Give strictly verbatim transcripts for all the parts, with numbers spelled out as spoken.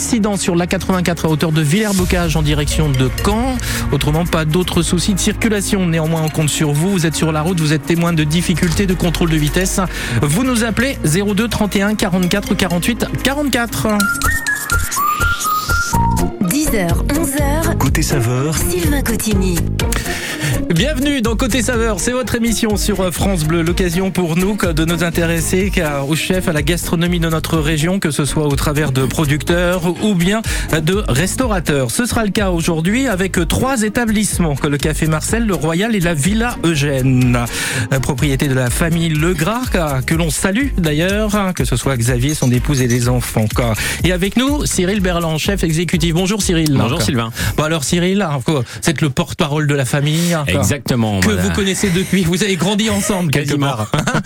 accident sur l'A quatre-vingt-quatre à hauteur de Villers-Bocage en direction de Caen. Autrement, pas d'autres soucis de circulation. Néanmoins, on compte sur vous. Vous êtes sur la route, vous êtes témoin de difficultés de contrôle de vitesse. Vous nous appelez zéro deux trente et un quarante-quatre quarante-huit quarante-quatre. dix heures, onze heures. Côté saveur, Sylvain Cotigny. Bienvenue dans Côté Saveur, c'est votre émission sur France Bleu. L'occasion pour nous de nous intéresser au chef, à la gastronomie de notre région, que ce soit au travers de producteurs ou bien de restaurateurs. Ce sera le cas aujourd'hui avec trois établissements, le Café Marcel, le Royal et la Villa Eugène. Propriété de la famille Legras, que l'on salue d'ailleurs, que ce soit Xavier, son épouse et les enfants. Et avec nous, Cyril Berland, chef exécutif. Bonjour Cyril. Bonjour Sylvain. Bon alors Cyril, vous êtes le porte-parole de la famille. Exactement. Que voilà. vous connaissez depuis, vous avez grandi ensemble quasiment.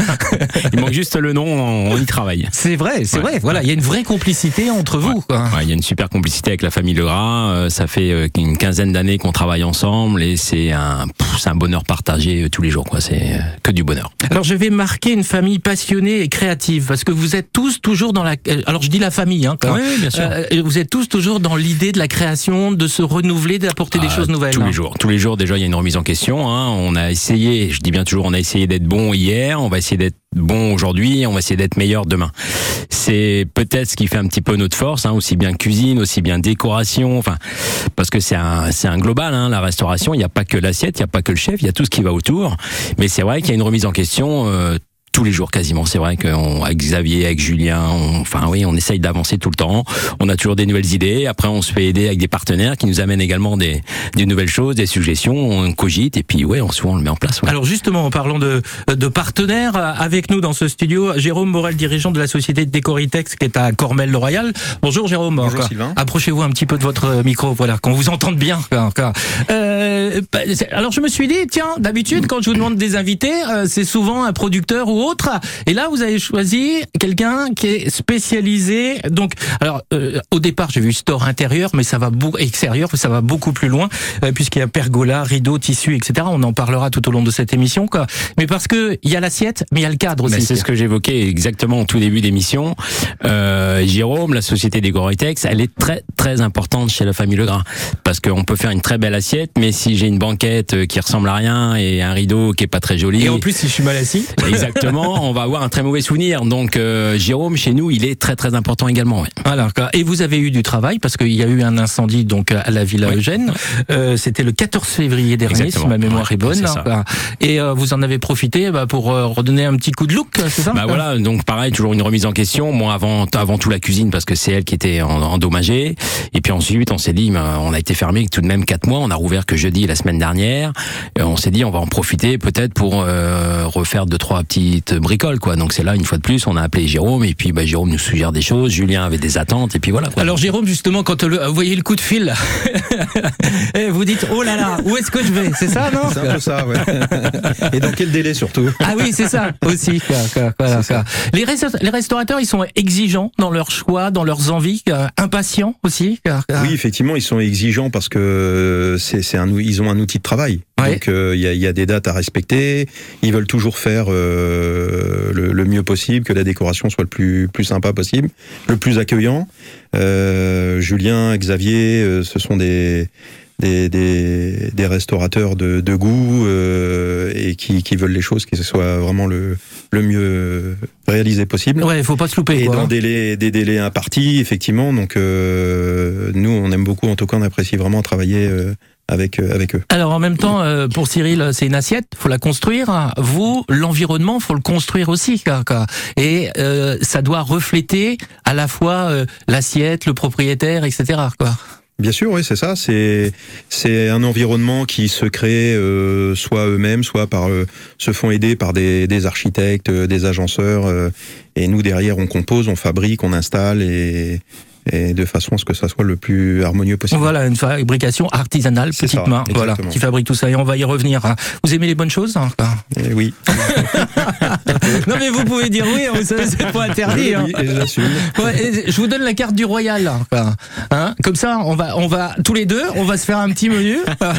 Il manque juste le nom, on y travaille. C'est vrai, c'est ouais. vrai. Voilà, il y a une vraie complicité entre vous. Ouais. Quoi. Ouais, il y a une super complicité avec la famille Legras. Euh, ça fait euh, une quinzaine d'années qu'on travaille ensemble et c'est un, pff, c'est un bonheur partagé euh, tous les jours. Quoi. C'est euh, que du bonheur. Alors je vais marquer une famille passionnée et créative parce que vous êtes tous toujours dans la. Alors je dis la famille, hein. Oui, bien sûr. Euh, vous êtes tous toujours dans l'idée de la création, de se renouveler, d'apporter ah, des choses nouvelles. Tous hein. les jours, tous les jours. Déjà, il y a une remise en question. Hein. On a essayé, je dis bien toujours, on a essayé d'être bon hier. On va essayer d'être bon aujourd'hui. On va essayer d'être meilleur demain. C'est peut-être ce qui fait un petit peu notre force, hein, aussi bien cuisine, aussi bien décoration. Enfin, parce que c'est un, c'est un global. Hein, la restauration, il n'y a pas que l'assiette, il n'y a pas que le chef, il y a tout ce qui va autour. Mais c'est vrai qu'il y a une remise en question. Euh, tous les jours quasiment, c'est vrai qu'avec Xavier, avec Julien, on, enfin oui, on essaye d'avancer tout le temps. On a toujours des nouvelles idées. Après, on se fait aider avec des partenaires qui nous amènent également des, des nouvelles choses, des suggestions. On cogite et puis ouais, on souvent on le met en place. Ouais. Alors justement, en parlant de, de partenaires, avec nous dans ce studio, Jérôme Morel, dirigeant de la société Décoritex qui est à Cormel-le-Royal. Bonjour Jérôme. Bonjour encore. Sylvain. Approchez-vous un petit peu de votre micro, voilà, qu'on vous entende bien. Encore. Euh, alors je me suis dit, tiens, d'habitude quand je vous demande des invités, euh, c'est souvent un producteur ou autre. Et là, vous avez choisi quelqu'un qui est spécialisé. Donc, alors, euh, au départ, j'ai vu store intérieur, mais ça va beaucoup extérieur, ça va beaucoup plus loin, euh, puisqu'il y a pergola, rideaux, tissus, et cetera. On en parlera tout au long de cette émission, quoi. Mais parce que il y a l'assiette, mais il y a le cadre aussi. Mais c'est ce que j'évoquais exactement au tout début d'émission. Euh, Jérôme, la société Décoritex, elle est très très importante chez la famille Legras, parce qu'on peut faire une très belle assiette, mais si j'ai une banquette qui ressemble à rien et un rideau qui est pas très joli. Et en plus, si je suis mal assis. Exactement. On va avoir un très mauvais souvenir. Donc euh, Jérôme, chez nous, il est très très important également. Ouais. Alors, et vous avez eu du travail parce qu'il y a eu un incendie donc à la Villa ouais. Eugène. Euh, C'était le quatorze février dernier, Exactement. Si ma mémoire ouais, est bonne. Est et euh, vous en avez profité bah, pour euh, redonner un petit coup de look, c'est ça? Bah voilà. Donc pareil, toujours une remise en question. Moi, avant avant tout la cuisine parce que c'est elle qui était en, endommagée. Et puis ensuite, on s'est dit, bah, on a été fermé tout de même quatre mois. On a rouvert que jeudi la semaine dernière. Et on s'est dit, on va en profiter peut-être pour euh, refaire deux trois petites briques. Quoi. Donc c'est là une fois de plus on a appelé Jérôme et puis bah, Jérôme nous suggère des choses, Julien avait des attentes et puis voilà quoi. Alors Jérôme justement quand le, vous voyez le coup de fil vous dites oh là là où est-ce que je vais, c'est ça non? C'est un peu ça ouais. Et dans quel délai surtout? Ah oui c'est ça aussi quoi, quoi, quoi, ça. Les, resta- les restaurateurs ils sont exigeants dans leurs choix, dans leurs envies, euh, impatients aussi quoi. Oui effectivement ils sont exigeants parce que c'est, c'est un, ils ont un outil de travail. Ouais. Donc il euh, y, a, y a des dates à respecter. Ils veulent toujours faire euh, le, le mieux possible, que la décoration soit le plus plus sympa possible, le plus accueillant. Euh, Julien, Xavier, euh, ce sont des des des, des restaurateurs de, de goût euh, et qui, qui veulent les choses qui soient vraiment le le mieux réalisé possible. Ouais, il faut pas se louper. Et quoi, dans hein. des délais des délais impartis, effectivement. Donc euh, nous, on aime beaucoup. En tout cas, on apprécie vraiment travailler. Euh, Avec, euh, avec eux. Alors en même temps, euh, pour Cyril, c'est une assiette, faut la construire. Vous, l'environnement, faut le construire aussi. Quoi, quoi. Et euh, ça doit refléter à la fois euh, l'assiette, le propriétaire, et cetera. Quoi. Bien sûr, oui, c'est ça. C'est c'est un environnement qui se crée euh, soit eux-mêmes, soit par euh, se font aider par des, des architectes, euh, des agenceurs. Euh, et nous derrière, on compose, on fabrique, on installe et et de façon à ce que ça soit le plus harmonieux possible. Voilà, une fabrication artisanale, c'est petite ça, main, exactement. voilà, qui fabrique tout ça, et on va y revenir. Vous aimez les bonnes choses hein, eh Oui. Non mais vous pouvez dire oui, vous savez, c'est pas interdit. Oui, hein. et j'assume. Ouais, je vous donne la carte du Royal, hein, hein, comme ça, on va, on va tous les deux, on va se faire un petit menu.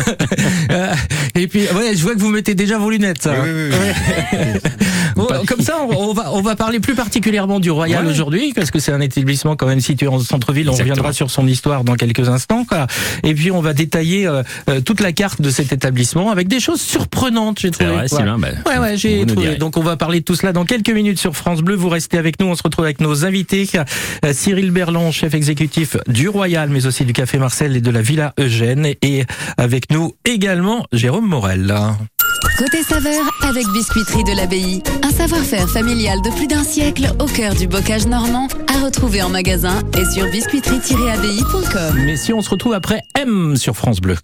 Et puis, ouais, je vois que vous mettez déjà vos lunettes. Oui, oui, oui, oui. Bon, comme ça, on, on va, on va parler plus particulièrement du Royal ouais. aujourd'hui, parce que c'est un établissement quand même situé en centre centre-ville. On Exactement. reviendra sur son histoire dans quelques instants, quoi. Et puis on va détailler euh, euh, toute la carte de cet établissement avec des choses surprenantes, j'ai C'est trouvé. vrai, quoi. Sylvain, bah, Ouais, ouais, j'ai vous nous trouvé. direz. Donc on va parler de tout cela dans quelques minutes sur France Bleu. Vous restez avec nous. On se retrouve avec nos invités. Euh, Cyril Berland, chef exécutif du Royal, mais aussi du Café Marcel et de la Villa Eugène. Et avec nous également Jérôme Morel. Côté saveur avec Biscuiterie de l'Abbaye. Un savoir-faire familial de plus d'un siècle au cœur du bocage normand à retrouver en magasin et sur biscuiterie tiret abbaye point com. Mais si on se retrouve après M sur France Bleu.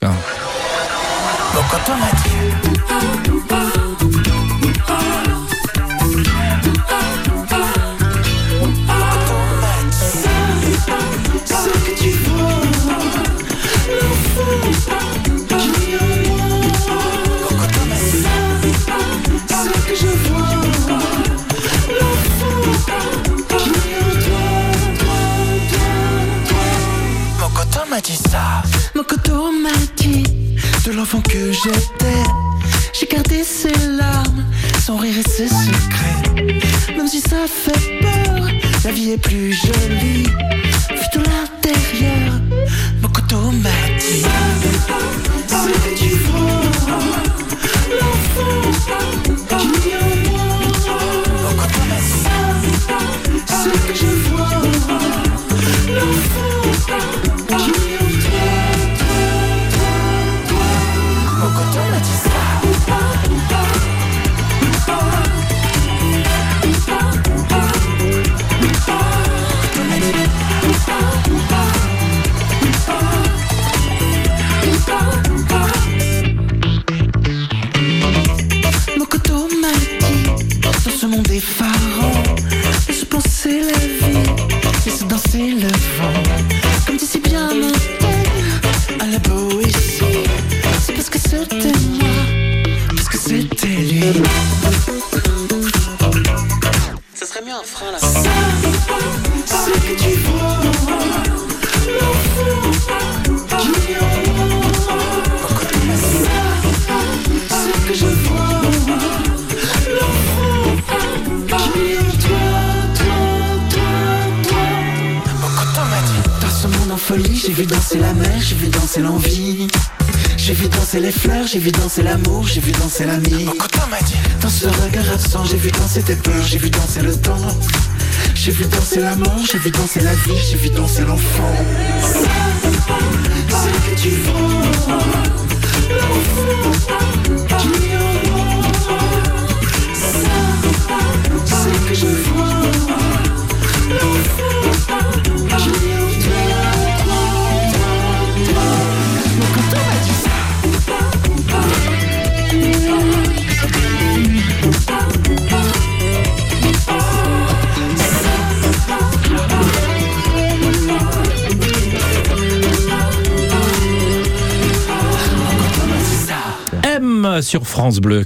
Mokoto m'a dit de l'enfant que j'étais. J'ai gardé ses larmes, son rire et ses secrets. Même si ça fait peur, la vie est plus jolie vu de l'intérieur. Mokoto m'a dit ce que tu vois, l'enfant qui est en moi. Mokoto m'a dit ce que je vois, l'enfant qui est en toi. Mokoto m'a dit ça. Mokoto m'a dit dans ce monde effarant, laisse penser la vie, laisse danser le vent. Comme dit si bien mon père à la poésie. C'est parce que c'était moi, parce que c'était lui. Ça serait mieux un frein là. Ça, c'est que tu vois, l'enfant qui est en moi. Ça, c'est que je vois, l'enfant qui est en toi, toi, toi, toi. Mokoto m'a dit dans ce monde en folie, j'ai vu danser la mer, j'ai vu danser l'envie. J'ai vu danser les fleurs, j'ai vu danser l'amour, j'ai vu danser l'ami. Mokoto m'a dit dans ce regard absent, j'ai vu danser tes peurs, j'ai vu danser le temps. J'ai vu danser l'amour, j'ai vu danser la vie, j'ai vu danser l'enfant. Ça, c'est que tu vois, l'enfant qui est en moi. Ça, c'est que je vois, l'enfant qui est en toi. Mokoto m'a dit ça. M sur France Bleu.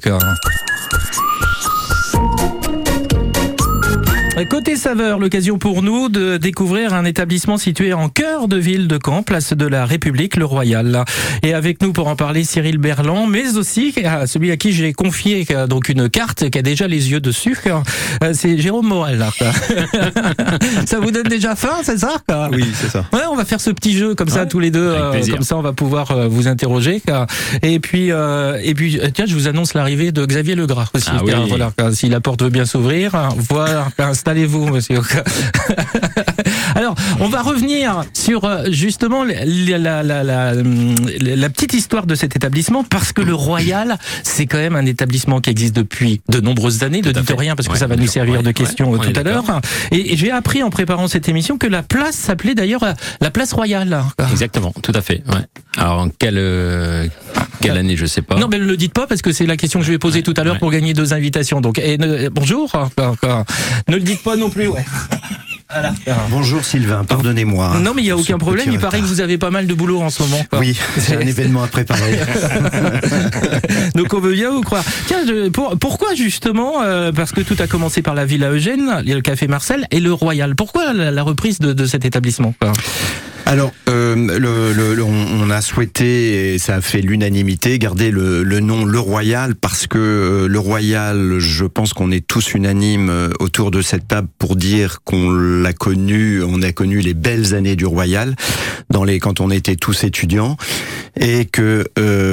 Côté saveur, l'occasion pour nous de découvrir un établissement situé en cœur de ville de Caen, place de la République, le Royal. Et avec nous pour en parler, Cyril Berland, mais aussi celui à qui j'ai confié donc une carte qui a déjà les yeux dessus, c'est Jérôme Morel. Ça vous donne déjà faim, c'est ça? Oui, c'est ça. Ouais, on va faire ce petit jeu comme ça ouais, tous les deux, euh, comme ça on va pouvoir euh, vous interroger. Et puis, euh, et puis, tiens, je vous annonce l'arrivée de Xavier Legras aussi. Ah oui. Voilà, si la porte veut bien s'ouvrir, voilà, installez-vous, monsieur. Alors, on va revenir sur justement la, la, la, la, la petite histoire de cet établissement, parce que le Royal, c'est quand même un établissement qui existe depuis de nombreuses années. Ne dites rien, parce que ouais, ça va nous servir ouais, de question ouais, tout à l'heure. Et, et j'ai appris en préparant cette émission que la place s'appelait d'ailleurs la place Royale. Exactement, tout à fait. Ouais. Alors, en quelle, euh, quelle année, je sais pas. Non, mais ne le dites pas, parce que c'est la question que je vais poser ouais, tout à l'heure ouais. pour gagner deux invitations. Donc, et ne, bonjour. Ne le dites pas non plus, ouais. Voilà. Bonjour Sylvain, pardonnez-moi. Non, mais il n'y a aucun Ce problème. petit Il paraît que retard. vous avez pas mal de boulot en ce moment. Quoi. Oui, c'est un événement à préparer. Donc on veut bien vous croire. Tiens, je, pour, pourquoi justement euh, Parce que tout a commencé par la Villa Eugène, le Café Marcel et le Royal. Pourquoi la, la reprise de, de cet établissement, quoi? Alors, euh, euh, le, le, le, on, on a souhaité, et ça a fait l'unanimité, garder le, le nom Le Royal parce que euh, Le Royal, je pense qu'on est tous unanimes euh, autour de cette table pour dire qu'on l'a connu, on a connu les belles années du Royal dans les quand on était tous étudiants et que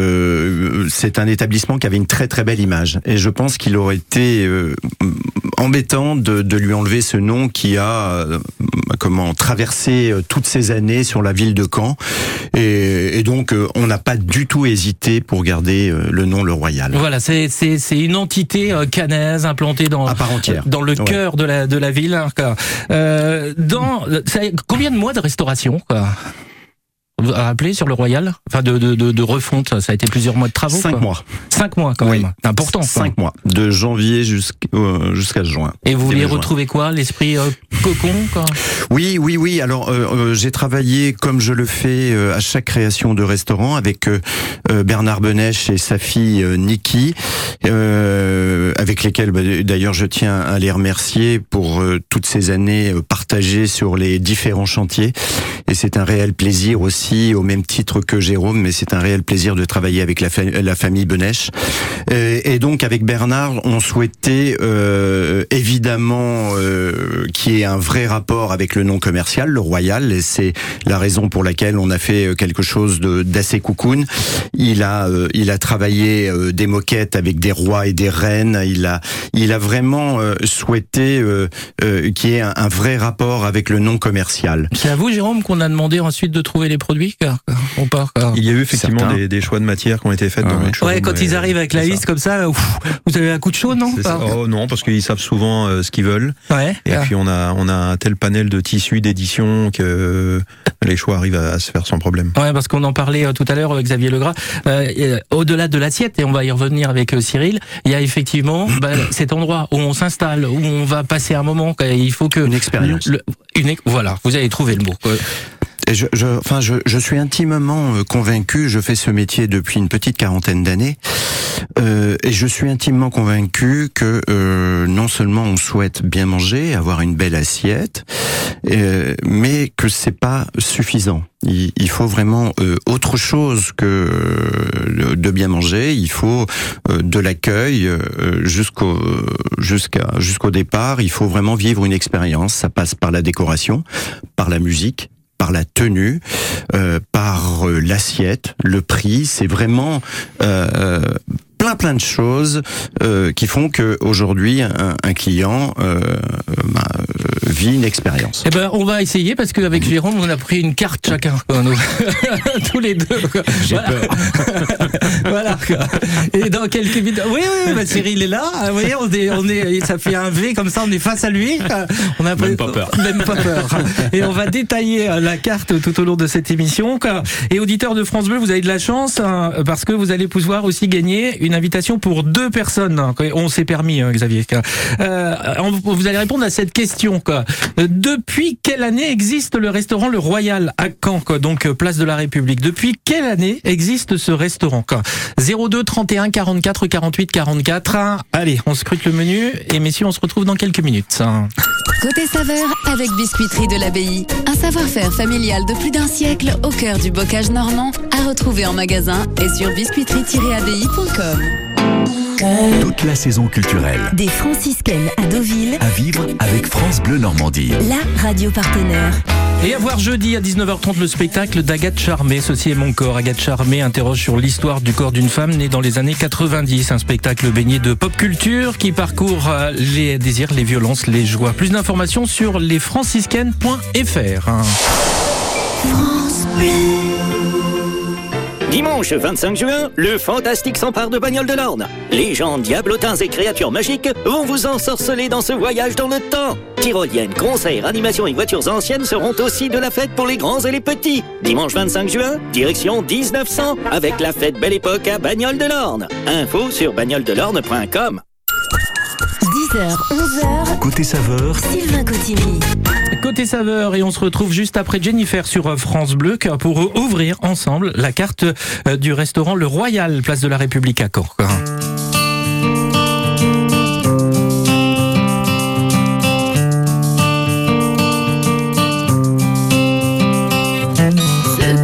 euh, c'est un établissement qui avait une très très belle image. Et je pense qu'il aurait été euh, embêtant de, de lui enlever ce nom qui a euh, comment traversé euh, toutes ces années sur la ville de Caen. Et, et donc euh, on n'a pas du tout hésité pour garder euh, le nom Le Royal. Voilà, c'est c'est c'est une entité euh, caennaise implantée dans à part entière, dans le ouais. cœur de la de la ville. Hein, quoi. Euh, dans ça, combien de mois de restauration, quoi? Vous vous rappelez sur le Royal, enfin de, de de de refonte, ça a été plusieurs mois de travaux. Cinq quoi. mois. Cinq mois quand Oui. même. C'est important. quoi. Cinq mois, de janvier jusqu'à euh, jusqu'à juin. Et vous vouliez Début juin. retrouver quoi? L'esprit euh, cocon, quoi? Oui, oui, oui. Alors, euh, euh, j'ai travaillé comme je le fais euh, à chaque création de restaurant avec euh, euh, Bernard Benech et sa fille euh, Niki, euh, avec lesquels bah, d'ailleurs je tiens à les remercier pour euh, toutes ces années euh, partagées sur les différents chantiers. Et c'est un réel plaisir aussi, au même titre que Jérôme, mais c'est un réel plaisir de travailler avec la, fa la famille Benech. Euh, et donc avec Bernard, on souhaitait euh, évidemment euh, qu'il y ait un vrai rapport avec le nom commercial, Le Royal, et c'est la raison pour laquelle on a fait quelque chose de d'assez cocoon. Il a euh, il a travaillé euh, des moquettes avec des rois et des reines. Il a il a vraiment euh, souhaité euh, euh, qu'il y ait un, un vrai rapport avec le nom commercial. C'est à vous, Jérôme, qu'on a demandé ensuite de trouver les produits, car, ou pas car... Il y a eu effectivement des, des choix de matières qui ont été faits Ah dans ouais. notre showroom. Ouais, quand ils arrivent avec la liste comme ça, ouf, vous avez un coup de chaud, non? C'est ça. Oh non, parce qu'ils savent souvent euh, ce qu'ils veulent. Ouais. Et Ah. puis on a on a un tel panel de tissus d'édition que euh, les choix arrivent à, à se faire sans problème. Ouais, parce qu'on en parlait euh, tout à l'heure avec Xavier Legras. Euh, euh, au-delà de l'assiette, et on va y revenir avec euh, Cyril, il y a effectivement bah, cet endroit où on s'installe, où on va passer un moment. Quoi. Il faut que Une expérience. le- une, voilà, vous avez trouvé le mot. quoi. Et je, je, enfin, je, je suis intimement euh, convaincu, je fais ce métier depuis une petite quarantaine d'années, euh, et je suis intimement convaincu que euh, non seulement on souhaite bien manger, avoir une belle assiette, euh, mais que c'est pas suffisant. Il, il faut vraiment euh, autre chose que euh, de bien manger. Il faut euh, de l'accueil euh, jusqu'au jusqu'à jusqu'au départ. Il faut vraiment vivre une expérience. Ça passe par la décoration, par la musique, par la tenue, euh, par euh, l'assiette, le prix. C'est vraiment euh, plein plein de choses euh, qui font que aujourd'hui un, un client euh, bah, euh, vit une expérience. Eh ben, on va essayer parce qu'avec Jérôme, on a pris une carte chacun, quoi, nous. tous les deux. Quoi. J'ai voilà. peur. voilà. Quoi. Et dans quelques minutes, oui, oui, bah, Cyril est là. Vous voyez, on est, on est, ça fait un V comme ça, on est face à lui. On a Même pas peur. Même pas peur. Et on va détailler la carte tout au long de cette émission. Quoi. Et auditeurs de France Bleu, vous avez de la chance hein, parce que vous allez pouvoir aussi gagner une invitation pour deux personnes. On s'est permis, hein, Xavier. Euh, vous allez répondre à cette question. Quoi. Depuis quelle année existe le restaurant Le Royal à Caen, quoi, donc place de la République? Depuis quelle année existe ce restaurant? Quoi. zéro deux trente et un quarante-quatre quarante-huit quarante-quatre. Allez, on scrute le menu et messieurs, on se retrouve dans quelques minutes. Côté saveur avec Biscuiterie de l'Abbaye. Un savoir-faire familial de plus d'un siècle au cœur du bocage normand à retrouver en magasin et sur biscuiterie tiret abbaye point com. Toute la saison culturelle Des franciscaines à Deauville, à vivre avec France Bleu Normandie. la radio partenaire. Et à voir jeudi à dix-neuf heures trente le spectacle d'Agathe Charmé, Ceci est mon corps. Agathe Charmé interroge sur l'histoire du corps d'une femme née dans les années quatre-vingt-dix. Un spectacle baigné de pop culture qui parcourt les désirs, les violences, les joies. Plus d'informations sur lesfranciscaines point f r. Dimanche vingt-cinq juin, le fantastique s'empare de Bagnoles de l'Orne. Légendes, diablotins et créatures magiques vont vous ensorceler dans ce voyage dans le temps. Tyroliennes, concerts, animations et voitures anciennes seront aussi de la fête pour les grands et les petits. Dimanche vingt-cinq juin, direction dix-neuf cents avec la fête Belle Époque à Bagnoles de l'Orne. Info sur bagnoles de l'orne point com. dix heures, onze heures, Côté saveur, Sylvain Cotigny. Côté saveur, et on se retrouve juste après Jennifer sur France Bleu pour ouvrir ensemble la carte du restaurant Le Royal, place de la République à Caen. Ce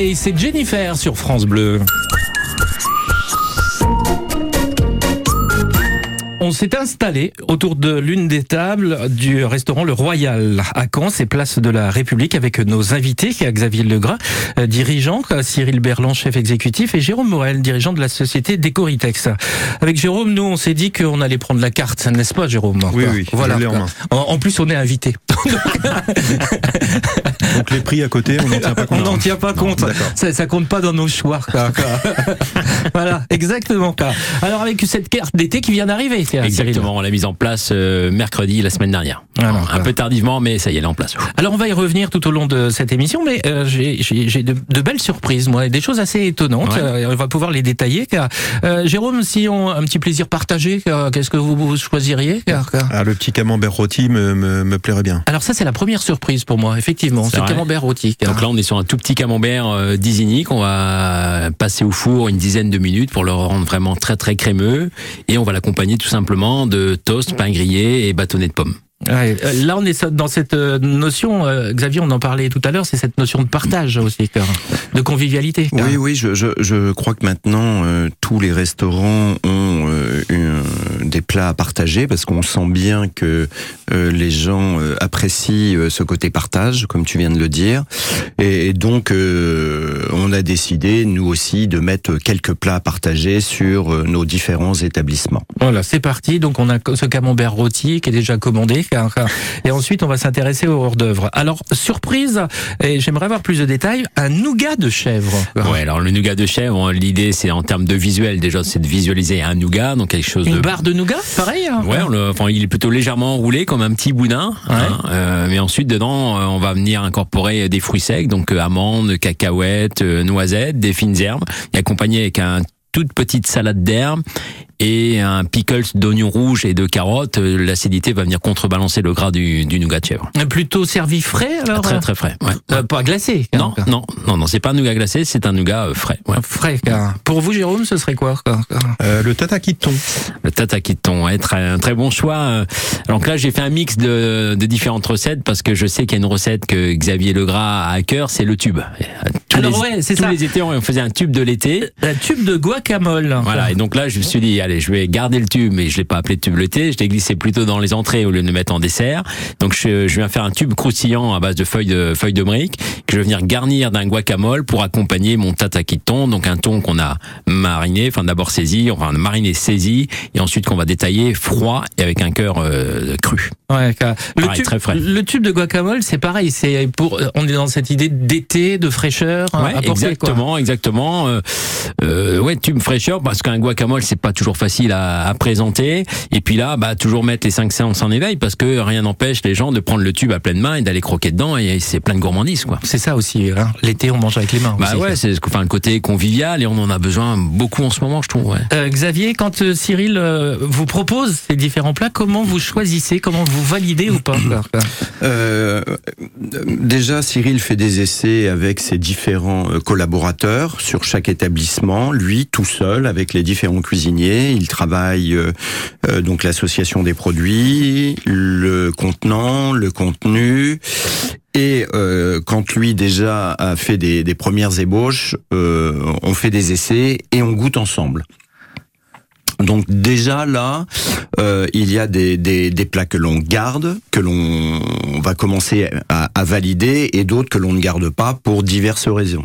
Day, c'est Jennifer sur France Bleu. On s'est installé autour de l'une des tables du restaurant Le Royal à Caen, c'est place de la République, avec nos invités, Xavier Legras, dirigeant, Cyril Berland, chef exécutif, et Jérôme Morel, dirigeant de la société Decoritex. Avec Jérôme, nous, on s'est dit qu'on allait prendre la carte, n'est-ce pas, Jérôme? Oui, oui, voilà. Je l'ai en main. En, en plus, on est invité. Donc les prix à côté, on n'en tient pas compte. On n'en tient pas non, compte. Ça, ça compte pas dans nos choix. Quoi, quoi. Voilà, exactement. Quoi. Alors avec cette carte d'été qui vient d'arriver. Exactement, on l'a mise en place euh, mercredi la semaine dernière. Voilà, un peu tardivement, mais ça y est, elle est en place. Alors on va y revenir tout au long de cette émission, mais euh, j'ai, j'ai, j'ai de, de belles surprises, moi, et des choses assez étonnantes. Ouais. Euh, on va pouvoir les détailler. Car, euh, Jérôme, si on un petit plaisir partagé, car, qu'est-ce que vous, vous choisiriez car, car... Ah, le petit camembert rôti me, me, me plairait bien. Alors ça, c'est la première surprise pour moi, effectivement. C'est, c'est le camembert rôti. Car... Donc là, on est sur un tout petit camembert euh, d'Isigny qu'on va passer au four une dizaine de minutes pour le rendre vraiment très très crémeux, et on va l'accompagner tout simplement de toast, pain grillé et bâtonnet de pommes. Ouais, là, on est dans cette notion, euh, Xavier, on en parlait tout à l'heure, c'est cette notion de partage aussi, de convivialité. Car... Oui, oui, je, je, je crois que maintenant, euh, tous les restaurants ont euh, une, des plats à partager, parce qu'on sent bien que euh, les gens euh, apprécient euh, ce côté partage, comme tu viens de le dire. Et, et donc, euh, on a décidé, nous aussi, de mettre quelques plats à partager sur euh, nos différents établissements. Voilà, c'est parti. Donc, on a ce camembert rôti qui est déjà commandé. Et ensuite, on va s'intéresser aux hors d'œuvre. Alors, surprise, et j'aimerais avoir plus de détails, un nougat de chèvre. Ouais, alors le nougat de chèvre, l'idée, c'est en termes de visuel, déjà, c'est de visualiser un nougat, donc quelque chose Une de... Une barre de nougat, pareil hein. Ouais, on le, enfin, il est plutôt légèrement enroulé, comme un petit boudin. Ouais. Hein, euh, mais ensuite, dedans, on va venir incorporer des fruits secs, donc euh, amandes, cacahuètes, euh, noisettes, des fines herbes, et accompagné avec un toute petite salade d'herbes et un pickles d'oignons rouges et de carottes. L'acidité va venir contrebalancer le gras du, du nougat de chèvre. Plutôt servi frais alors? Très très frais. Ouais. Euh, pas glacé? Non, non, non, non, c'est pas un nougat glacé, c'est un nougat frais. Ouais. Frais. Car. Pour vous, Jérôme, ce serait quoi? euh, Le tataki de thon. Le tataki de thon, ouais, très, un très bon choix. Alors là, j'ai fait un mix de, de différentes recettes parce que je sais qu'il y a une recette que Xavier Legras a à cœur, c'est le tube. Tous alors les, ouais, c'est tous ça. les étés, on faisait un tube de l'été. Un tube de guacamole. Voilà, et donc là, je me suis dit, allez, je vais garder le tube, mais je l'ai pas appelé tube l'été, je l'ai glissé plutôt dans les entrées au lieu de le mettre en dessert. Donc je, je viens faire un tube croustillant à base de feuilles de feuilles de briques que je vais venir garnir d'un guacamole pour accompagner mon tataki de thon, donc un thon qu'on a mariné, enfin d'abord saisi, enfin mariné saisi, et ensuite qu'on va détailler froid et avec un cœur euh, cru. Ouais, le pareil, tube, très frais. Le tube de guacamole, c'est pareil, c'est pour, on est dans cette idée d'été, de fraîcheur. Ouais, apportée, exactement, quoi. exactement. Euh, euh, ouais, tube fraîcheur, parce qu'un guacamole, c'est pas toujours facile à, à présenter. Et puis là, bah, toujours mettre les cinq sens en éveil, parce que rien n'empêche les gens de prendre le tube à pleine main et d'aller croquer dedans, et c'est plein de gourmandise, quoi. C'est ça aussi, hein. L'été, on mange avec les mains. Bah aussi, ouais, c'est enfin, le côté convivial, et on en a besoin beaucoup en ce moment, je trouve, ouais. Euh, Xavier, quand euh, Cyril euh, vous propose ces différents plats, comment vous choisissez, comment vous validez ou pas? euh, Déjà, Cyril fait des essais avec ses différents collaborateurs sur chaque établissement. Lui, tout seul, avec les différents cuisiniers, il travaille euh, euh, donc l'association des produits, le contenant, le contenu. Et euh, quand lui déjà a fait des, des premières ébauches, euh, on fait des essais et on goûte ensemble. Donc déjà là, euh, il y a des, des, des plats que l'on garde, que l'on va commencer à, à valider, et d'autres que l'on ne garde pas pour diverses raisons.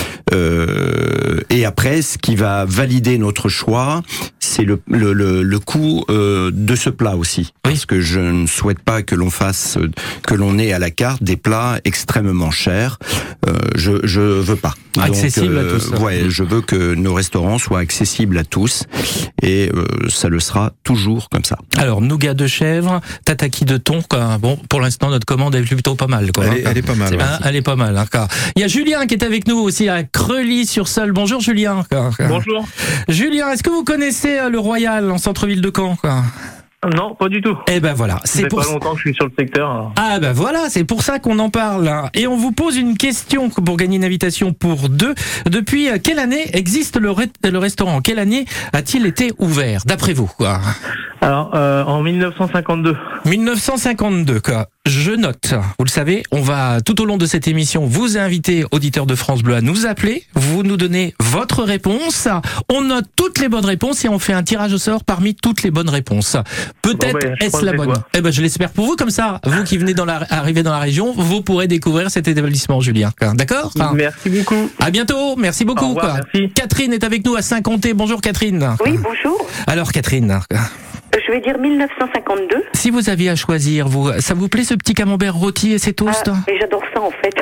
Euh, et après, ce qui va valider notre choix, c'est le, le, le, le coût euh, de ce plat aussi. Parce que je ne souhaite pas que l'on fasse, que l'on ait à la carte des plats extrêmement chers. Euh, je, je veux pas. Accessible Donc, euh, à tous. Ouais, je veux que nos restaurants soient accessibles à tous. Et euh, ça le sera toujours comme ça. Alors, nougat de chèvre, tataki de thon, quoi. Bon, pour l'instant, notre commande est plutôt pas mal, quoi. Elle est, elle est pas mal. C'est Ouais. hein, elle est pas mal, hein, quoi. Il y a Julien qui est avec nous aussi à Creully-sur-Seulles. Bonjour Julien. Quoi. Bonjour. Julien, est-ce que vous connaissez euh, le Royal en centre-ville de Caen, quoi? Non, pas du tout. Eh ben voilà, c'est c'est pour pas longtemps que je suis sur le secteur. Alors. Ah ben voilà, c'est pour ça qu'on en parle. Et on vous pose une question pour gagner une invitation pour deux. Depuis quelle année existe le, re- le restaurant? Quelle année a-t-il été ouvert, d'après vous, quoi? Alors, euh, euh, En mille neuf cent cinquante-deux. mille neuf cent cinquante-deux, quoi. Je note. Vous le savez, on va tout au long de cette émission vous inviter, auditeurs de France Bleu, à nous appeler. Vous nous donnez votre réponse. On note toutes les bonnes réponses et on fait un tirage au sort parmi toutes les bonnes réponses. Peut-être Bon, ben, je est-ce croise la les bonne. doigts. Eh ben, je l'espère pour vous. Comme ça, vous qui venez dans la, arriver dans la région, vous pourrez découvrir cet établissement, Julien. D'accord? Merci beaucoup. À bientôt. Merci beaucoup. Au revoir, quoi. merci. Catherine est avec nous à Saint-Comté. Bonjour Catherine. Oui, bonjour. Alors Catherine, Je vais dire mille neuf cent cinquante-deux. si vous aviez à choisir, vous, ça vous plaît ce petit camembert rôti et ses toasts? Ah, et j'adore ça en fait.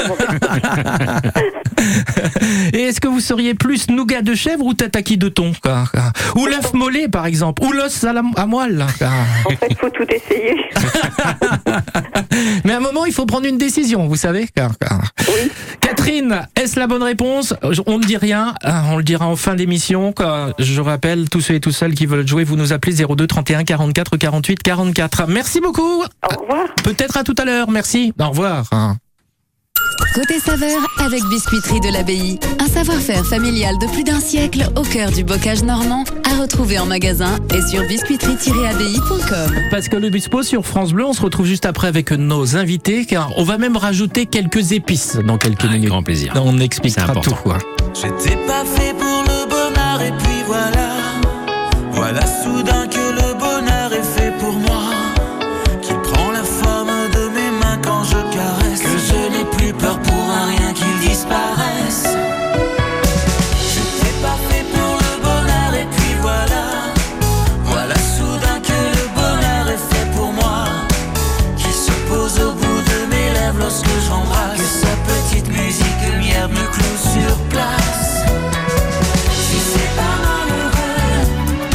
Et est-ce que vous seriez plus nougat de chèvre ou tataki de thon, quoi, quoi. Ou l'œuf mollet par exemple, ou l'os à, la, à moelle, quoi. En fait, faut tout essayer. Mais à un moment, il faut prendre une décision, vous savez, quoi, quoi. Oui. Catherine, est-ce la bonne réponse? On ne dit rien, on le dira en fin d'émission, quoi. Je rappelle, tous ceux et toutes celles qui veulent jouer, vous nous appelez zéro deux trente et un quarante-quatre quarante-huit quarante-quatre. Merci beaucoup. Au revoir. Peut-être à tout à l'heure, merci. Au revoir. Côté saveur, avec Biscuiterie de l'Abbaye. Un savoir-faire familial de plus d'un siècle au cœur du bocage normand, à retrouver en magasin et sur biscuiterie tiret abbaye point com. Pascal Obispo sur France Bleu, on se retrouve juste après avec nos invités, car on va même rajouter quelques épices dans quelques Avec minutes. grand plaisir. On expliquera C'est important. tout, quoi. J'étais pas fait pour le bonheur et puis voilà. Voilà soudain que le bonheur est fait pour moi. Qu'il prend la forme de mes mains quand je caresse. Que je n'ai plus peur pour un rien qu'il disparaisse. J'étais pas fait pour le bonheur et puis voilà. Voilà soudain que le bonheur est fait pour moi. Qui se pose au bout de mes lèvres lorsque j'embrasse. Que sa petite musique lumière me cloue sur place. Si c'est pas malheureux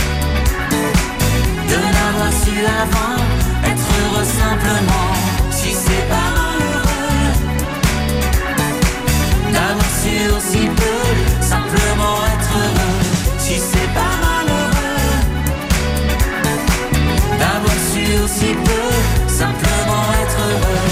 de n'avoir su avant être heureux simplement. Si c'est pas malheureux d'avoir su aussi peu simplement être heureux. Si c'est pas malheureux d'avoir su aussi peu simplement être heureux.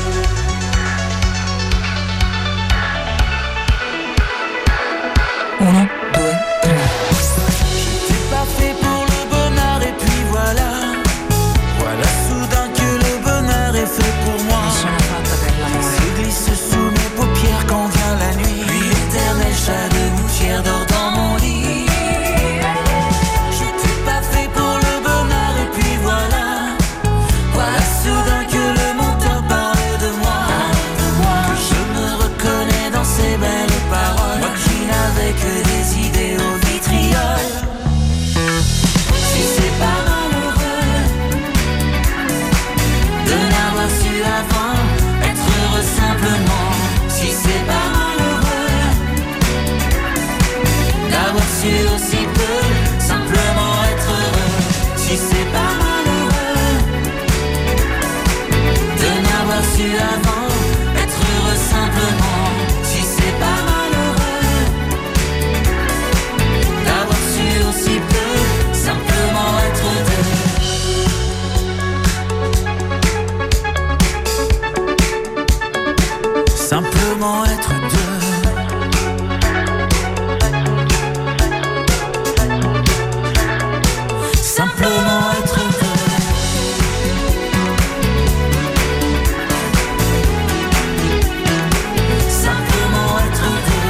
Un, deux, J'étais pas fait pour le bonheur et puis voilà. Voilà soudain que le bonheur est fait pour moi. Il se glisse sous mes paupières quand vient la nuit. Puis l'éternel chat de gouttière dort dans mon lit. J'étais pas fait pour le bonheur et puis voilà. Voilà soudain que le monteur parle de moi. Que je me reconnais dans ces belles paroles. Moi qui n'avais que des idées au vitriol. Si c'est pas malheureux de n'avoir su avant être heureux simplement. Si c'est pas malheureux d'avoir su aussi peu simplement être heureux. Si c'est pas malheureux de n'avoir su avant être heureux simplement. Si c'est pas malheureux d'avoir su aussi peu simplement être deux. Simplement être deux. Simplement être deux. Simplement être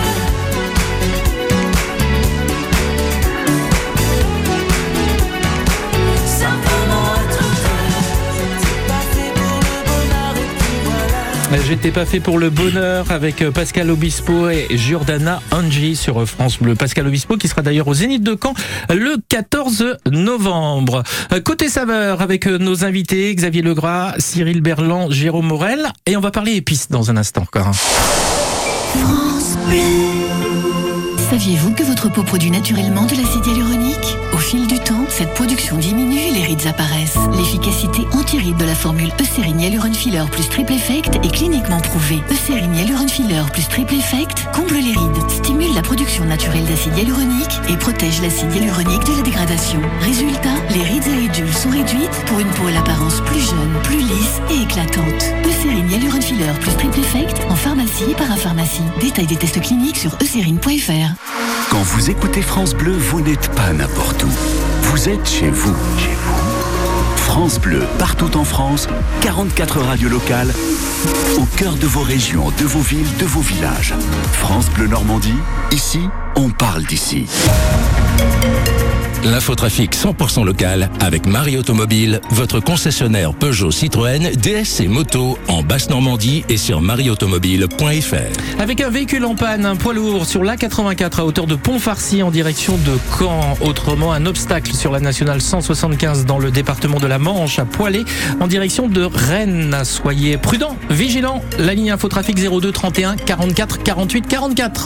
deux. Simplement être deux. J'étais pas fait pour le bonheur et puis voilà. J'étais pas fait pour le bonheur avec Pascal Obispo et Giordana Angi sur France Bleu. Pascal Obispo qui sera d'ailleurs au Zénith de Caen le quatorze novembre. Côté saveur avec nos invités Xavier Legras, Cyril Berland, Jérôme Morel, et on va parler épices dans un instant encore. France Bleu. Saviez-vous que votre peau produit naturellement de l'acide hyaluronique? Au fil du temps, cette production diminue et les rides apparaissent. L'efficacité anti-rides de la formule Eucérine Hyaluron Filler plus Triple Effect est cliniquement prouvée. Eucérine Hyaluron Filler plus Triple Effect comble les rides, stimule la production naturelle d'acide hyaluronique et protège l'acide hyaluronique de la dégradation. Résultat, les rides et ridules sont réduites pour une peau à l'apparence plus jeune, plus lisse et éclatante. Eucérine Hyaluron Filler plus Triple Effect en pharmacie et parapharmacie. Détail des tests cliniques sur eucérine point f r. Quand vous écoutez France Bleu, vous n'êtes pas n'importe où. Vous êtes chez vous. Chez vous. France Bleu, partout en France, quarante-quatre radios locales, au cœur de vos régions, de vos villes, de vos villages. France Bleu Normandie, ici, on parle d'ici. L'infotrafic cent pour cent local avec Marie Automobile, votre concessionnaire Peugeot, Citroën, D S et moto en Basse-Normandie et sur marie automobile point f r. Avec un véhicule en panne, un poids lourd sur l'A quatre-vingt-quatre à hauteur de Pont-Farcy en direction de Caen. Autrement, un obstacle sur la nationale cent soixante-quinze dans le département de la Manche à Poilé en direction de Rennes. Soyez prudents, vigilants. La ligne infotrafic zéro deux trente et un quarante-quatre quarante-huit quarante-quatre.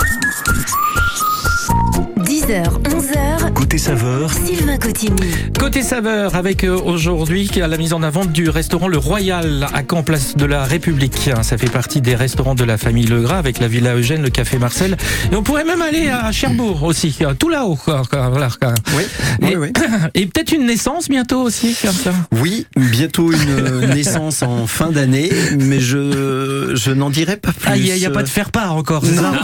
dix heures, onze heures. Côté saveur, Sylvain Cotigny. Côté saveur, avec euh, aujourd'hui la mise en avant du restaurant Le Royal à Caen, place de la République. Ça fait partie des restaurants de la famille Legras avec la Villa Eugène, le Café Marcel. Et on pourrait même aller à Cherbourg aussi, tout là-haut. Voilà. Oui, et, oui, oui. Et peut-être une naissance bientôt aussi, comme ça. Oui, bientôt une naissance en fin d'année, mais je, je n'en dirai pas plus. Ah, il n'y a, a pas de faire-part encore, c'est ça?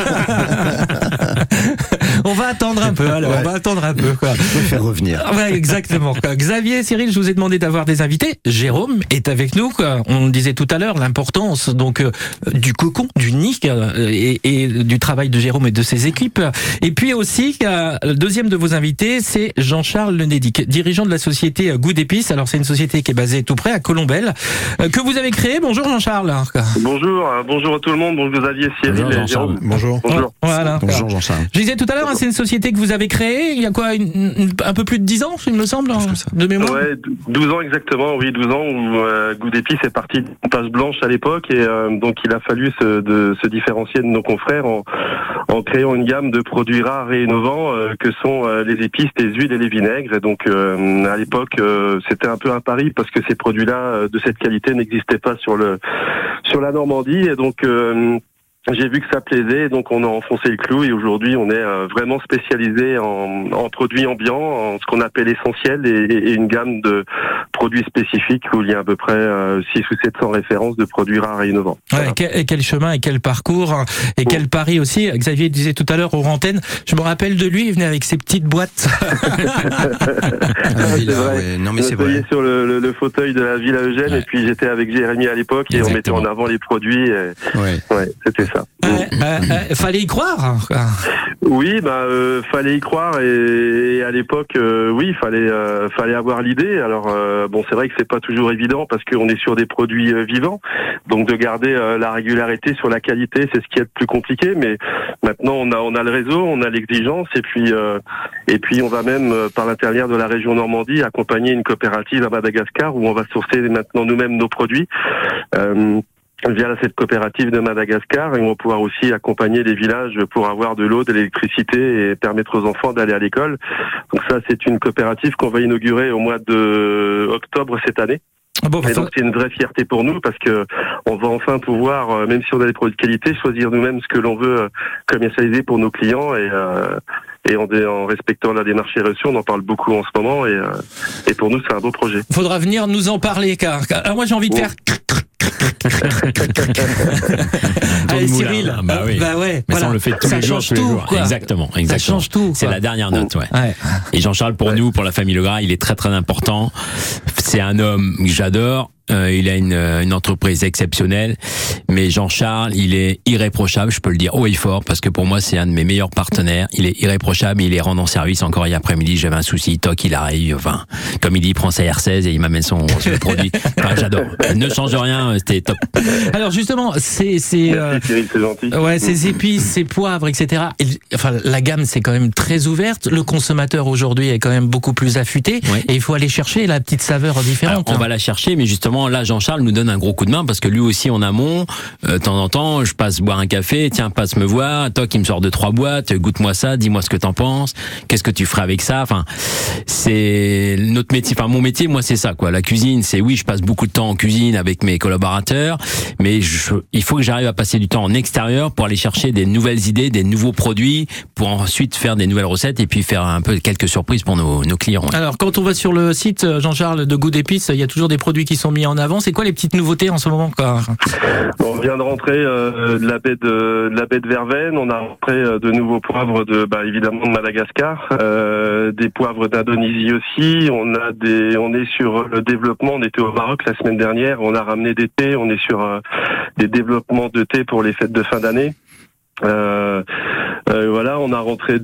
On va attendre un peu, alors, ouais. on va attendre un peu, quoi. Je vais faire revenir. Ouais, exactement, quoi. Xavier, Cyril, je vous ai demandé d'avoir des invités. Jérôme est avec nous, quoi. On le disait tout à l'heure, l'importance, donc, euh, du cocon, du nid, euh, et, et du travail de Jérôme et de ses équipes. Et puis aussi, euh, le deuxième de vos invités, c'est Jean-Charles Lenédic, dirigeant de la société Goût d'épices. Alors, c'est une société qui est basée tout près, à Colombelles, euh, que vous avez créée. Bonjour, Jean-Charles. Bonjour, euh, bonjour à tout le monde. Bonjour, Xavier, Cyril bonjour, et Jérôme. Bonjour. Bonjour. Voilà. Bonjour, Jean-Charles. Je disais tout à l'heure, hein, c'est une société que vous avez créée il y a quoi, une, une, un peu plus de dix ans, il me semble, de mémoire. Ouais, douze ans exactement, oui, douze ans où euh, Goût d'épices est parti d'une page blanche à l'époque et euh, donc il a fallu se, de, se différencier de nos confrères en, en créant une gamme de produits rares et innovants euh, que sont euh, les épices, les huiles et les vinaigres. Et donc euh, à l'époque, euh, c'était un peu un pari parce que ces produits-là euh, de cette qualité n'existaient pas sur le sur la Normandie et donc euh, j'ai vu que ça plaisait, donc on a enfoncé le clou et aujourd'hui on est euh, vraiment spécialisé en, en produits ambiants, en ce qu'on appelle essentiel et, et une gamme de produits spécifiques où il y a à peu près euh, six ou sept cents références de produits rares et innovants. Ouais, voilà. et, quel, et quel chemin et quel parcours et oh. quel pari aussi. Xavier disait tout à l'heure aux antennes, je me rappelle de lui, il venait avec ses petites boîtes. ah, c'est vrai. Ouais. Non mais c'est vrai. Sur le, le, le fauteuil de la Villa Eugène ouais. et puis j'étais avec Jérémy à l'époque et Exactement. on mettait en avant les produits. Et, ouais. ouais, c'était ça. Euh, euh, euh, fallait y croire. Oui, bah euh, fallait y croire et, et à l'époque, euh, oui, fallait euh, fallait avoir l'idée. Alors euh, bon, c'est vrai que c'est pas toujours évident parce qu'on est sur des produits euh, vivants, donc de garder euh, la régularité sur la qualité, c'est ce qui est le plus compliqué. Mais maintenant, on a on a le réseau, on a l'exigence et puis euh, et puis on va même euh, par l'intermédiaire de la région Normandie accompagner une coopérative à Madagascar où on va sourcer maintenant nous-mêmes nos produits. Euh, via cette coopérative de Madagascar et on va pouvoir aussi accompagner les villages pour avoir de l'eau, de l'électricité et permettre aux enfants d'aller à l'école. Donc ça, c'est une coopérative qu'on va inaugurer au mois de octobre cette année. Ah bon, et donc c'est une vraie fierté pour nous parce que on va enfin pouvoir, même si on a des produits de qualité, choisir nous-mêmes ce que l'on veut commercialiser pour nos clients et euh, et en, en respectant la démarche R S E, on en parle beaucoup en ce moment et, euh, et pour nous c'est un beau projet. Il faudra venir nous en parler car, car moi j'ai envie de faire. Allez Cyril, bah oui. Bah ouais, mais voilà. ça on le fait tous ça les jours, tous les tout, jours. Quoi. Exactement, exactement. Ça change tout. C'est la dernière note, ouais. ouais. Et Jean-Charles pour ouais. nous, pour la famille Legras, il est très très important. C'est un homme que j'adore. Euh, il a une, une entreprise exceptionnelle, mais Jean-Charles, il est irréprochable, je peux le dire haut et fort, parce que pour moi, c'est un de mes meilleurs partenaires. Il est irréprochable, il est rendant service. Encore hier après-midi, j'avais un souci, toc, il arrive, enfin, comme il dit, il prend sa R seize et il m'amène son, son produit. Enfin, j'adore. Ne change rien, c'était top. Alors justement, c'est, c'est, euh, Cyril, c'est gentil. Ouais, ces épices, ces poivres, et cetera. Et, enfin, la gamme, c'est quand même très ouverte. Le consommateur aujourd'hui est quand même beaucoup plus affûté, oui. et il faut aller chercher la petite saveur différente. Alors, on va la chercher, mais justement, là, Jean-Charles nous donne un gros coup de main parce que lui aussi en amont, euh, de temps en temps, je passe boire un café, tiens, passe me voir, toc, il me sort deux trois boîtes, goûte-moi ça, dis-moi ce que t'en penses, qu'est-ce que tu ferais avec ça. Enfin, c'est notre métier, enfin mon métier, moi c'est ça quoi. La cuisine, c'est oui, je passe beaucoup de temps en cuisine avec mes collaborateurs, mais je, il faut que j'arrive à passer du temps en extérieur pour aller chercher des nouvelles idées, des nouveaux produits, pour ensuite faire des nouvelles recettes et puis faire un peu quelques surprises pour nos, nos clients. Alors quand on va sur le site Jean-Charles de Goût d'épices, il y a toujours des produits qui sont mis mis en avant. C'est quoi les petites nouveautés en ce moment, quoi? On vient de rentrer euh, de la baie de, de la baie de Verveine. On a rentré euh, de nouveaux poivres de, bah, évidemment de Madagascar, euh, des poivres d'Indonésie aussi. On a des, on est sur le développement. On était au Maroc la semaine dernière. On a ramené des thés. On est sur euh, des développements de thé pour les fêtes de fin d'année. Euh, euh, voilà, on a rentré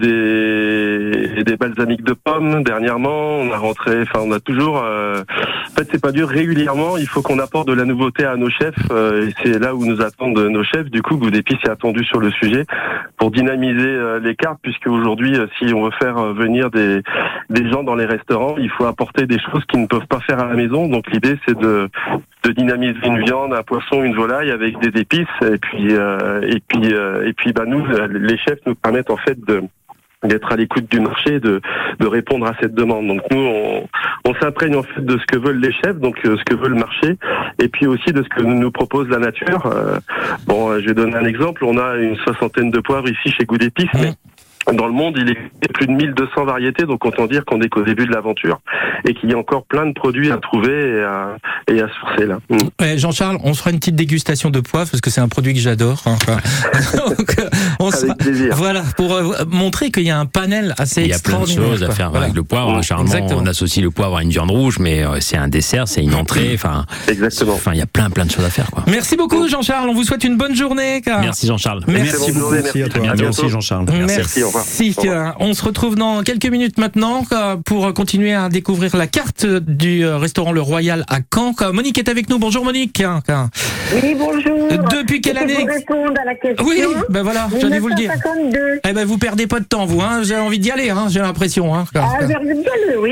des des balsamiques de pommes dernièrement. On a rentré, enfin, on a toujours. Euh, en fait, c'est pas dur. Régulièrement, il faut qu'on apporte de la nouveauté à nos chefs. Euh, et c'est là où nous attendent nos chefs. Du coup, Goût d'épices est attendu sur le sujet pour dynamiser euh, les cartes, puisque aujourd'hui, euh, si on veut faire euh, venir des des gens dans les restaurants, il faut apporter des choses qu'ils ne peuvent pas faire à la maison. Donc, l'idée, c'est de de dynamiser une viande, un poisson, une volaille avec des épices. Et puis euh, et puis euh, et puis bah nous, les chefs nous permettent en fait de d'être à l'écoute du marché, de de répondre à cette demande. Donc nous, on, on s'imprègne en fait de ce que veulent les chefs, donc euh, ce que veut le marché, et puis aussi de ce que nous propose la nature. Euh, bon, je vais donner un exemple. On a une soixantaine de poivres ici chez Goût d'épices, mais dans le monde, il existe plus de mille deux cents variétés, donc autant dire qu'on est qu'au début de l'aventure et qu'il y a encore plein de produits à trouver et à, et à sourcer là. Mm. Ouais, Jean-Charles, on se fera une petite dégustation de poivre parce que c'est un produit que j'adore. Enfin, donc, on Avec sera, plaisir. Voilà, pour euh, montrer qu'il y a un panel assez Il y a plein de extraordinaire. choses à quoi. faire Voilà. avec le poivre. Charmant, Exactement. on associe le poivre à une viande rouge, mais euh, c'est un dessert, c'est une entrée. Enfin, exactement. Enfin, il y a plein, plein de choses à faire, quoi. Merci beaucoup, Jean-Charles. On vous souhaite une bonne journée. Car... Merci Jean-Charles. Merci beaucoup. Merci à toi. À bientôt. Merci Jean-Charles. Merci, au revoir. Merci. Au revoir. On se retrouve dans quelques minutes maintenant euh, pour continuer à découvrir la carte du euh, restaurant Le Royal à Caen. Monique est avec nous. Bonjour Monique. Oui, bonjour. Depuis quelle Je peux année vous répondre à la question. Oui, ben voilà, j'allais vous le dire. mille neuf cent cinquante-deux. Eh ben vous perdez pas de temps, vous. Hein. J'ai envie d'y aller, hein. J'ai l'impression. Hein. Ah, j'ai envie d'y aller, oui.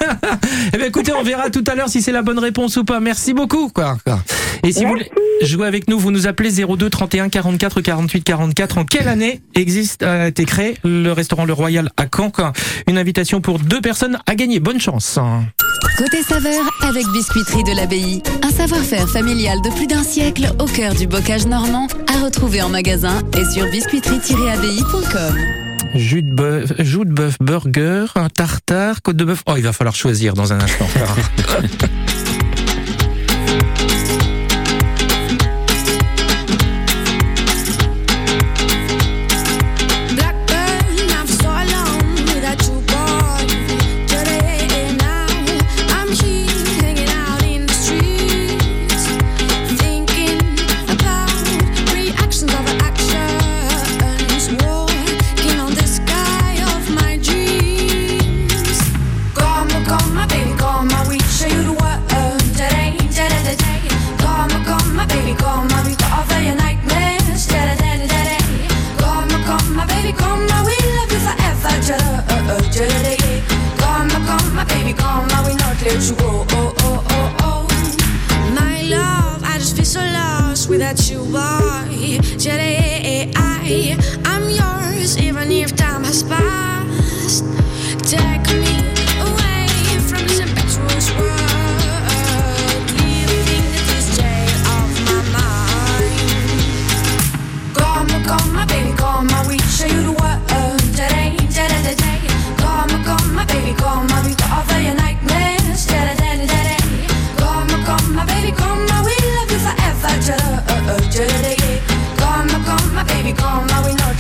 Eh ben écoutez, on verra tout à l'heure si c'est la bonne réponse ou pas. Merci beaucoup. Quoi. Et si Merci. vous voulez jouer avec nous, vous nous appelez zéro deux trente et un quarante-quatre quarante-huit quarante-quatre. En quelle année existe a été créé le restaurant Le Royal à Caen? Une invitation pour deux personnes à gagner. Bonne chance. Côté saveur avec Biscuiterie de l'Abbaye. Un savoir-faire familial de plus d'un siècle au cœur du bocage normand à retrouver en magasin et sur biscuiterie tiret abbaye point com. Jus de bœuf, joue de bœuf, burger, un tartare, côte de bœuf. Oh, il va falloir choisir dans un instant. Come, my, we love you forever. Come, come, my baby, come, my, we love you forever. Come, come, my baby, come, my, we love you forever. Come, come, my baby, come, my, we love you forever. Come, come, my baby, come, my, we love you forever. Come, come, my baby, come, my, we love you forever. Let you go, oh, oh, oh, oh. My love, I just feel so lost without you, boy. Today, I, I'm yours, even if time has passed. Take me away from this impetuous world, living in this jail of my mind. Come, come, my baby, come, my, we show you the world today, today, today. Come, come, my baby, come, my, we offer you nightmares today, today, today. Come, come, my baby, come, my, we love you forever today, today. Come, come, my baby, come, my, we know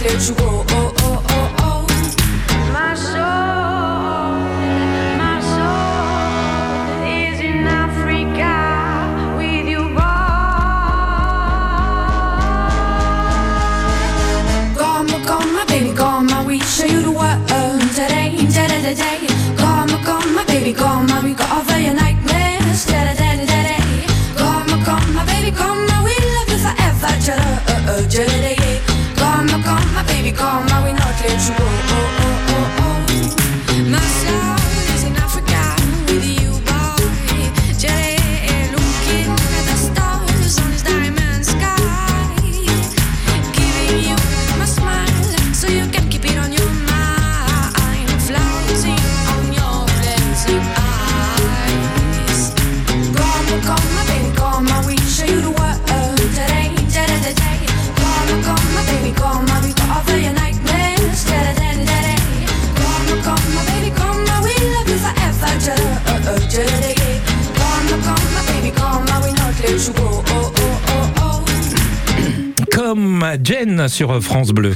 let you go. Oh, oh, oh, oh. Comme Jen sur France Bleu.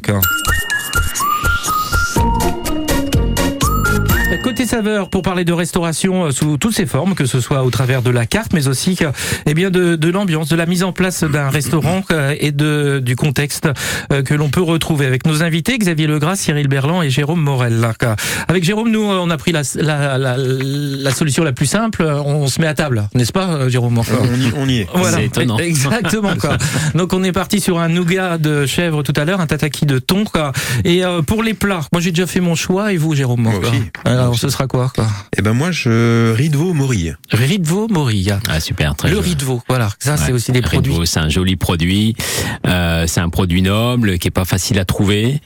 Côté saveur, pour parler de restauration sous toutes ses formes, que ce soit au travers de la carte, mais aussi eh bien de, de l'ambiance, de la mise en place d'un restaurant et de, du contexte que l'on peut retrouver avec nos invités, Xavier Legras, Cyril Berland et Jérôme Morel. Avec Jérôme, nous, on a pris la, la, la, la solution la plus simple, on se met à table, n'est-ce pas, Jérôme? On y, on y est. Voilà, c'est étonnant. Exactement. Quoi. Donc on est parti sur un nougat de chèvre tout à l'heure, un tataki de thon. Quoi. Et euh, pour les plats, moi j'ai déjà fait mon choix, et vous, Jérôme? Moi aussi. Alors, ce sera quoi, quoi? Eh ben moi, je riz de veau morille. Riz de veau morille. Ah super, très Le joli. riz de veau, voilà. Ça, Ouais. c'est aussi des Riz de produits. veau, c'est un joli produit. Euh, c'est un produit noble qui est pas facile à trouver.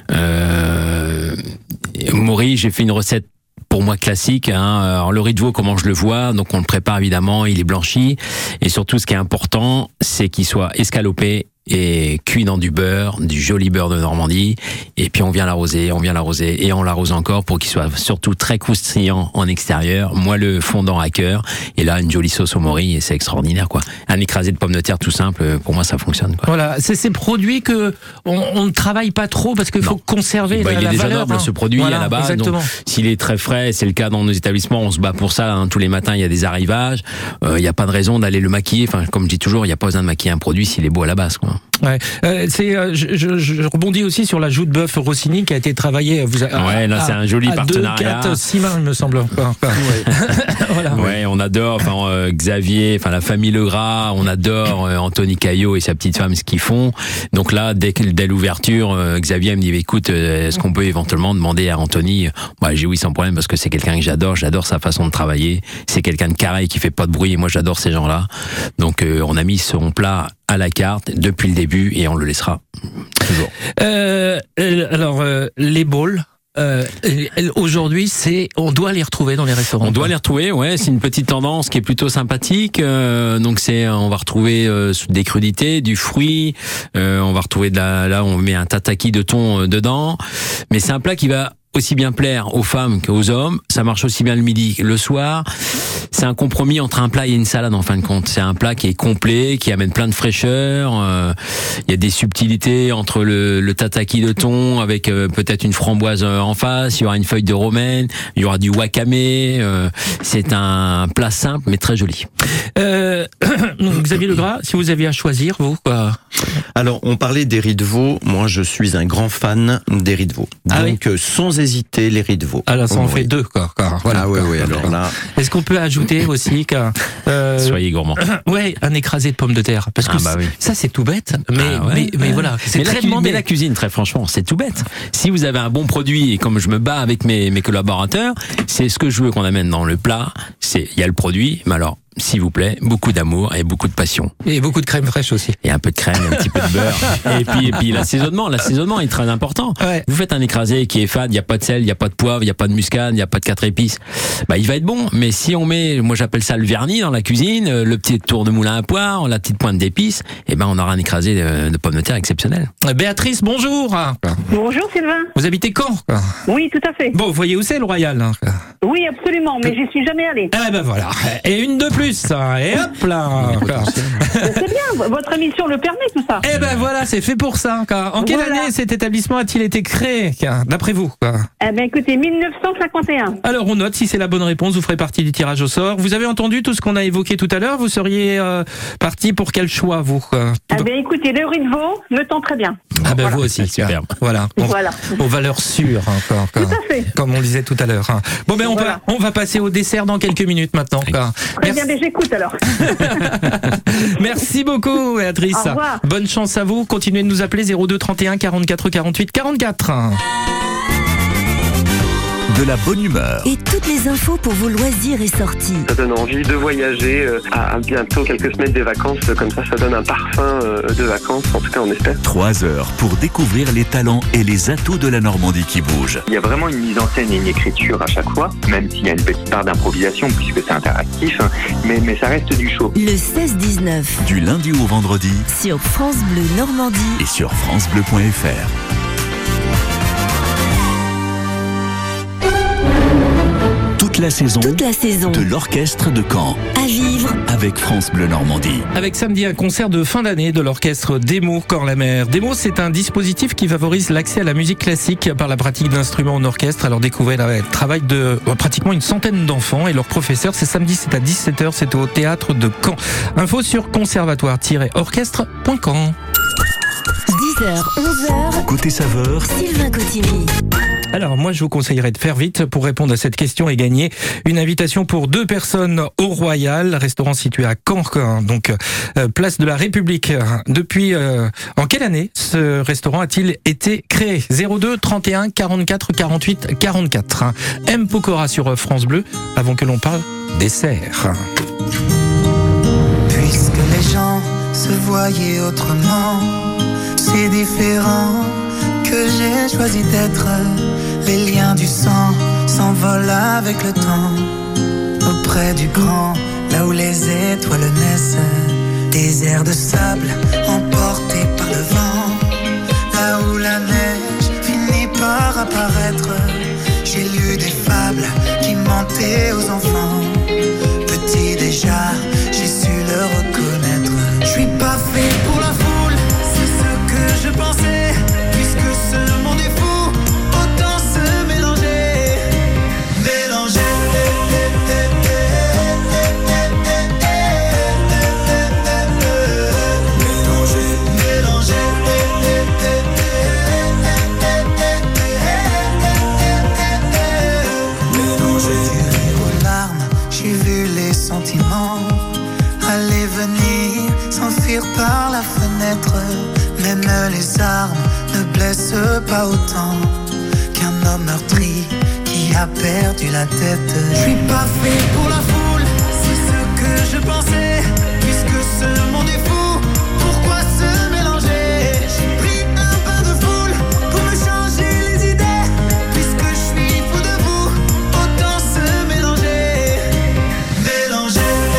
Euh, morille, j'ai fait une recette pour moi classique. Hein. Alors, le riz de veau, comment je le vois, donc on le prépare évidemment, il est blanchi. Et surtout, ce qui est important, c'est qu'il soit escalopé et cuit dans du beurre, du joli beurre de Normandie, et puis on vient l'arroser, on vient l'arroser, et on l'arrose encore pour qu'il soit surtout très croustillant en extérieur, moelleux fondant à cœur, et là une jolie sauce au morille, et c'est extraordinaire quoi. Un écrasé de pommes de terre tout simple, pour moi ça fonctionne quoi. Voilà, c'est ces produits que on, on ne travaille pas trop parce qu'il faut conserver bah, la, il est la déjà valeur. noble hein. ce produit Voilà, à la base, exactement. donc s'il est très frais, c'est le cas dans nos établissements, on se bat pour ça, hein. Tous les matins il y a des arrivages, il euh, n'y a pas de raison d'aller le maquiller, enfin comme je dis toujours, il n'y a pas besoin de maquiller un produit s'il est beau à la base quoi. Ouais. Euh, c'est, euh, je, je, je rebondis aussi sur la joue de bœuf Rossini qui a été travaillée. Vous a, ouais, là à, c'est un joli à partenariat. deux, quatre, six mains, il me semble. Enfin, voilà. Ouais, on adore. Enfin, euh, Xavier, enfin la famille Legras, on adore euh, Anthony Caillot et sa petite femme ce qu'ils font. Donc là, dès, dès l'ouverture, euh, Xavier me dit écoute, euh, est-ce qu'on peut éventuellement demander à Anthony? Bah, j'ai oui sans problème parce que c'est quelqu'un que j'adore. J'adore sa façon de travailler. C'est quelqu'un de carré qui fait pas de bruit et moi j'adore ces gens-là. Donc euh, on a mis son plat à la carte depuis le début et on le laissera toujours. Euh, alors euh, les bowls. Euh, aujourd'hui, c'est, on doit les retrouver dans les restaurants. On doit les retrouver, ouais. C'est une petite tendance qui est plutôt sympathique. Euh, donc c'est, on va retrouver euh, des crudités, du fruit. Euh, on va retrouver de la, là, on met un tataki de thon euh, dedans. Mais c'est un plat qui va aussi bien plaire aux femmes qu'aux hommes. Ça marche aussi bien le midi, le soir. C'est un compromis entre un plat et une salade en fin de compte. C'est un plat qui est complet, qui amène plein de fraîcheur. Euh, il y a des subtilités entre le, le tataki de thon avec euh, peut-être une framboise en face. Il y aura une feuille de romaine. Il y aura du wakame. Euh, c'est un plat simple mais très joli. Euh, Xavier Legras, si vous aviez à choisir, vous quoi? Alors, on parlait des riz de veau. Moi, je suis un grand fan des riz de veau. Ah Donc, oui. euh, sans hésiter, les riz de veau. Alors, ça Oh, en oui. fait deux, quoi. quoi. Voilà, ah oui, quoi. oui, alors là... Est-ce qu'on peut ajouter aussi qu'un... Euh, Soyez gourmand. Ouais, un écrasé de pommes de terre. Parce que Ah bah oui. ça, c'est tout bête. Mais, Ah ouais. mais, mais voilà, c'est mais la, très cu- demandé. mais la cuisine, très franchement, c'est tout bête. Si vous avez un bon produit et comme je me bats avec mes, mes collaborateurs, c'est ce que je veux qu'on amène dans le plat. C'est, il y a le produit, mais alors, s'il vous plaît, beaucoup d'amour et beaucoup de passion. Et beaucoup de crème fraîche aussi. Et un peu de crème, un petit peu de beurre. Et puis, et puis l'assaisonnement, l'assaisonnement est très important. Ouais. Vous faites un écrasé qui est fade, il n'y a pas de sel, il n'y a pas de poivre, il n'y a pas de muscade, il n'y a pas de quatre épices. Bah, il va être bon. Mais si on met, moi j'appelle ça le vernis dans la cuisine, le petit tour de moulin à poire, la petite pointe d'épices, et ben on aura un écrasé de, de pommes de terre exceptionnel. Béatrice, bonjour. Bonjour Sylvain. Vous habitez Caen, quoi. Oui, tout à fait. Bon, vous voyez où c'est le Royal, hein, quoi. Oui, absolument, mais j'y suis jamais allée. Eh ben voilà. Et une de plus. hein. Et hop là. quoi. C'est bien, votre émission le permet tout ça. Eh ben voilà, c'est fait pour ça. quoi. En quelle Voilà. année cet établissement a-t-il été créé, quoi, d'après vous, quoi? Eh ben écoutez, mille neuf cent cinquante et un. Alors on note, si c'est la bonne réponse, vous ferez partie du tirage au sort. Vous avez entendu tout ce qu'on a évoqué tout à l'heure. Vous seriez euh, parti pour quel choix, vous, quoi? Eh ben écoutez, le riz de veau me tend très bien. Ah ben Voilà. vous aussi, Super. Voilà. On- Voilà. Aux valeurs sûres, hein, quoi, quoi. Tout à fait. Comme on le disait tout à l'heure. hein. Bon ben on Voilà. va on va passer au dessert dans quelques minutes maintenant. quoi. Très bien, mais j'écoute alors. Merci beaucoup, Béatrice. Au revoir. Bonne chance à vous. Continuez de nous appeler zéro deux trente et un quarante-quatre quarante-huit quarante-quatre. De la bonne humeur. Et toutes les infos pour vos loisirs et sorties. Ça donne envie de voyager euh, à, à bientôt quelques semaines des vacances, comme ça ça donne un parfum euh, de vacances, en tout cas on espère. Trois heures pour découvrir les talents et les atouts de la Normandie qui bouge. Il y a vraiment une mise en scène et une écriture à chaque fois, même s'il y a une petite part d'improvisation puisque c'est interactif, hein, mais, mais ça reste du show. Le seize dix-neuf Du lundi au vendredi sur France Bleu Normandie et sur francebleu point f r. Toute la saison toute la saison. de l'orchestre de Caen. À vivre À avec France Bleu Normandie. Avec samedi un concert de fin d'année de l'orchestre Demo Corps-la-Mer. Demo, c'est un dispositif qui favorise l'accès à la musique classique par la pratique d'instruments en orchestre. Alors découvrez le travail de pratiquement une centaine d'enfants et leurs professeurs. C'est samedi, c'est à dix-sept heures, c'est au théâtre de Caen. Info sur conservatoire tiret orchestre point com. dix heures, onze heures. Côté saveur, Sylvain Cotigny. Alors moi je vous conseillerais de faire vite pour répondre à cette question et gagner une invitation pour deux personnes au Royal, restaurant situé à Caen, donc euh, place de la République. Depuis euh, en quelle année ce restaurant a-t-il été créé? Zéro deux trente et un quarante-quatre quarante-huit quarante-quatre. M Pokora sur France Bleu avant que l'on parle dessert. Puisque les gens se voyaient autrement, c'est différent que j'ai choisi d'être. Les liens du sang s'envolent avec le temps. Auprès du grand, là où les étoiles naissent. Des airs de sable emportés par le vent. Là où la neige finit par apparaître. J'ai lu des fables qui mentaient aux enfants. Petit déjà, j'ai su le reconnaître. Je suis pas fait pour la foule, c'est ce que je pensais. Puisque ce monde est fou, autant se mélanger. Mélanger. Mélanger. Mélanger. Mélanger. Du rire aux larmes, j'ai vu les sentiments aller venir, s'enfuir par la fenêtre. Même les armes ne blessent pas autant qu'un homme meurtri qui a perdu la tête. Je suis pas fait pour la foule, c'est ce que je pensais. Puisque ce monde est fou, pourquoi se mélanger? J'ai pris un bain de foule pour me changer les idées. Puisque je suis fou de vous, autant se mélanger. Mélanger.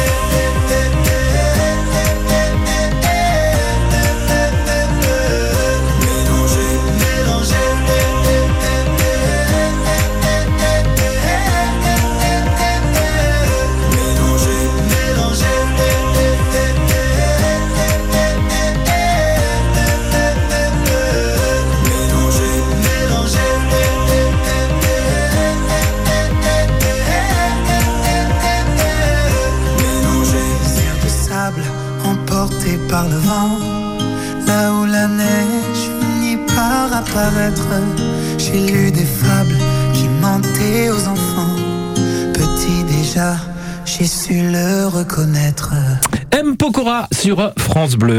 Emporté par le vent, là où la neige finit par apparaître. J'ai lu des fables qui mentaient aux enfants. Petit déjà, j'ai su le reconnaître. M Pokora sur France Bleu.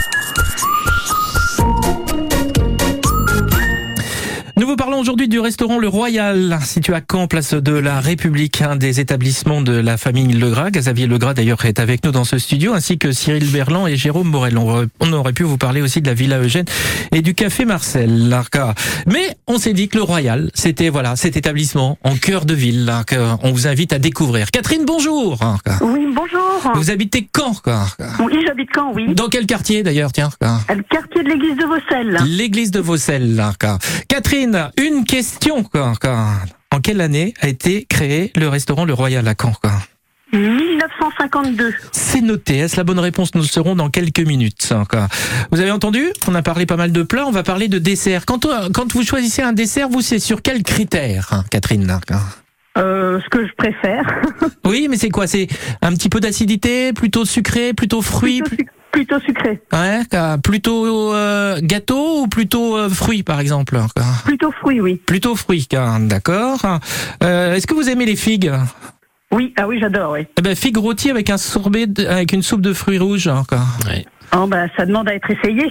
Nous vous parlons aujourd'hui du restaurant Le Royal, situé à Caen, place de la République, un des établissements de la famille Legras. Xavier Legras d'ailleurs est avec nous dans ce studio, ainsi que Cyril Berland et Jérôme Morel. On aurait pu vous parler aussi de la Villa Eugène et du Café Marcel. Mais on s'est dit que Le Royal, c'était voilà cet établissement en cœur de ville qu'on vous invite à découvrir. Catherine, bonjour. Oui, bonjour. Vous habitez Caen? Oui, j'habite Caen, oui. Dans quel quartier d'ailleurs, tiens? Le quartier de l'église de Vaucelles. L'église de Vaucelles. Catherine, une question. En quelle année a été créé le restaurant Le Royal à Caen? mille neuf cent cinquante-deux. C'est noté. Est-ce la bonne réponse? Nous le saurons dans quelques minutes. Vous avez entendu? On a parlé pas mal de plats. On va parler de desserts. Quand, quand vous choisissez un dessert, vous, c'est sur quels critères, Catherine? Euh, ce que je préfère. Oui, mais c'est quoi? C'est un petit peu d'acidité, plutôt sucré, plutôt fruit? Plutôt, suc- plutôt sucré. Ouais, plutôt euh, gâteau ou plutôt euh, fruit, par exemple? Plutôt fruit, oui. Plutôt fruit, d'accord. Euh, est-ce que vous aimez les figues? Oui, ah oui, j'adore, oui. Eh ben, figues rôties avec un sorbet, de, avec une soupe de fruits rouges. Ouais. Oh bah, ça demande à être essayé.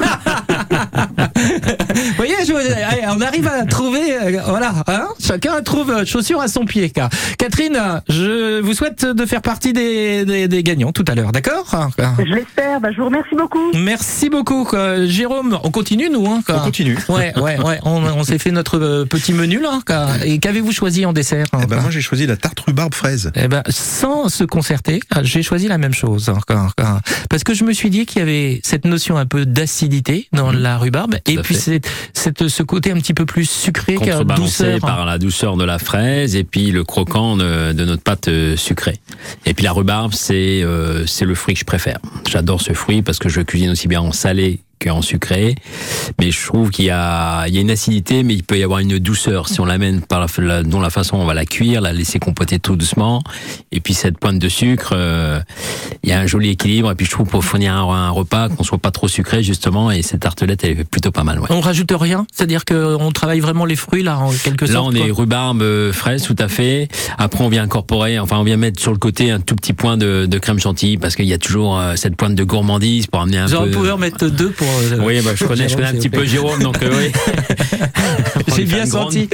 Vous voyez, je, allez, on arrive à trouver, euh, voilà, hein, chacun trouve chaussure à son pied. Car. Catherine, je vous souhaite de faire partie des, des, des gagnants tout à l'heure, d'accord? Je l'espère, bah, je vous remercie beaucoup. Merci beaucoup. Quoi. Jérôme, on continue nous hein, On continue. Ouais, ouais, ouais. On, on s'est fait notre petit menu là. Quoi. Et qu'avez-vous choisi en dessert? Eh ben, moi j'ai choisi la tarte rhubarbe fraise. Eh ben, sans se concerter, j'ai choisi la même chose. Quoi, quoi. Parce que je me suis dit qu'il y avait cette notion un peu d'acidité dans mmh. la rhubarbe, Tout et puis c'est, c'est ce côté un petit peu plus sucré, contrebalancé par la douceur de la fraise et puis le croquant de, de notre pâte sucrée. Et puis la rhubarbe, c'est euh, c'est le fruit que je préfère. J'adore ce fruit parce que je cuisine aussi bien en salé qu'en sucré, mais je trouve qu'il y a, il y a une acidité, mais il peut y avoir une douceur si on l'amène par la, la, dont la façon on va la cuire, la laisser compoter tout doucement, et puis cette pointe de sucre, euh, il y a un joli équilibre, et puis je trouve pour fournir un, un repas qu'on soit pas trop sucré justement, et cette tartelette elle est plutôt pas mal. Ouais. On rajoute rien, c'est-à-dire qu'on travaille vraiment les fruits là en quelque sorte. Là on quoi. est rhubarbe, euh, fraise, tout à fait. Après on vient incorporer, enfin on vient mettre sur le côté un tout petit point de, de crème chantilly parce qu'il y a toujours euh, cette pointe de gourmandise pour amener un J'aurais peu. J'aurais pu en mettre deux pour. Euh, oui, bah, je connais, Jérôme, je connais un petit peu Jérôme, donc euh, oui. J'ai bien senti.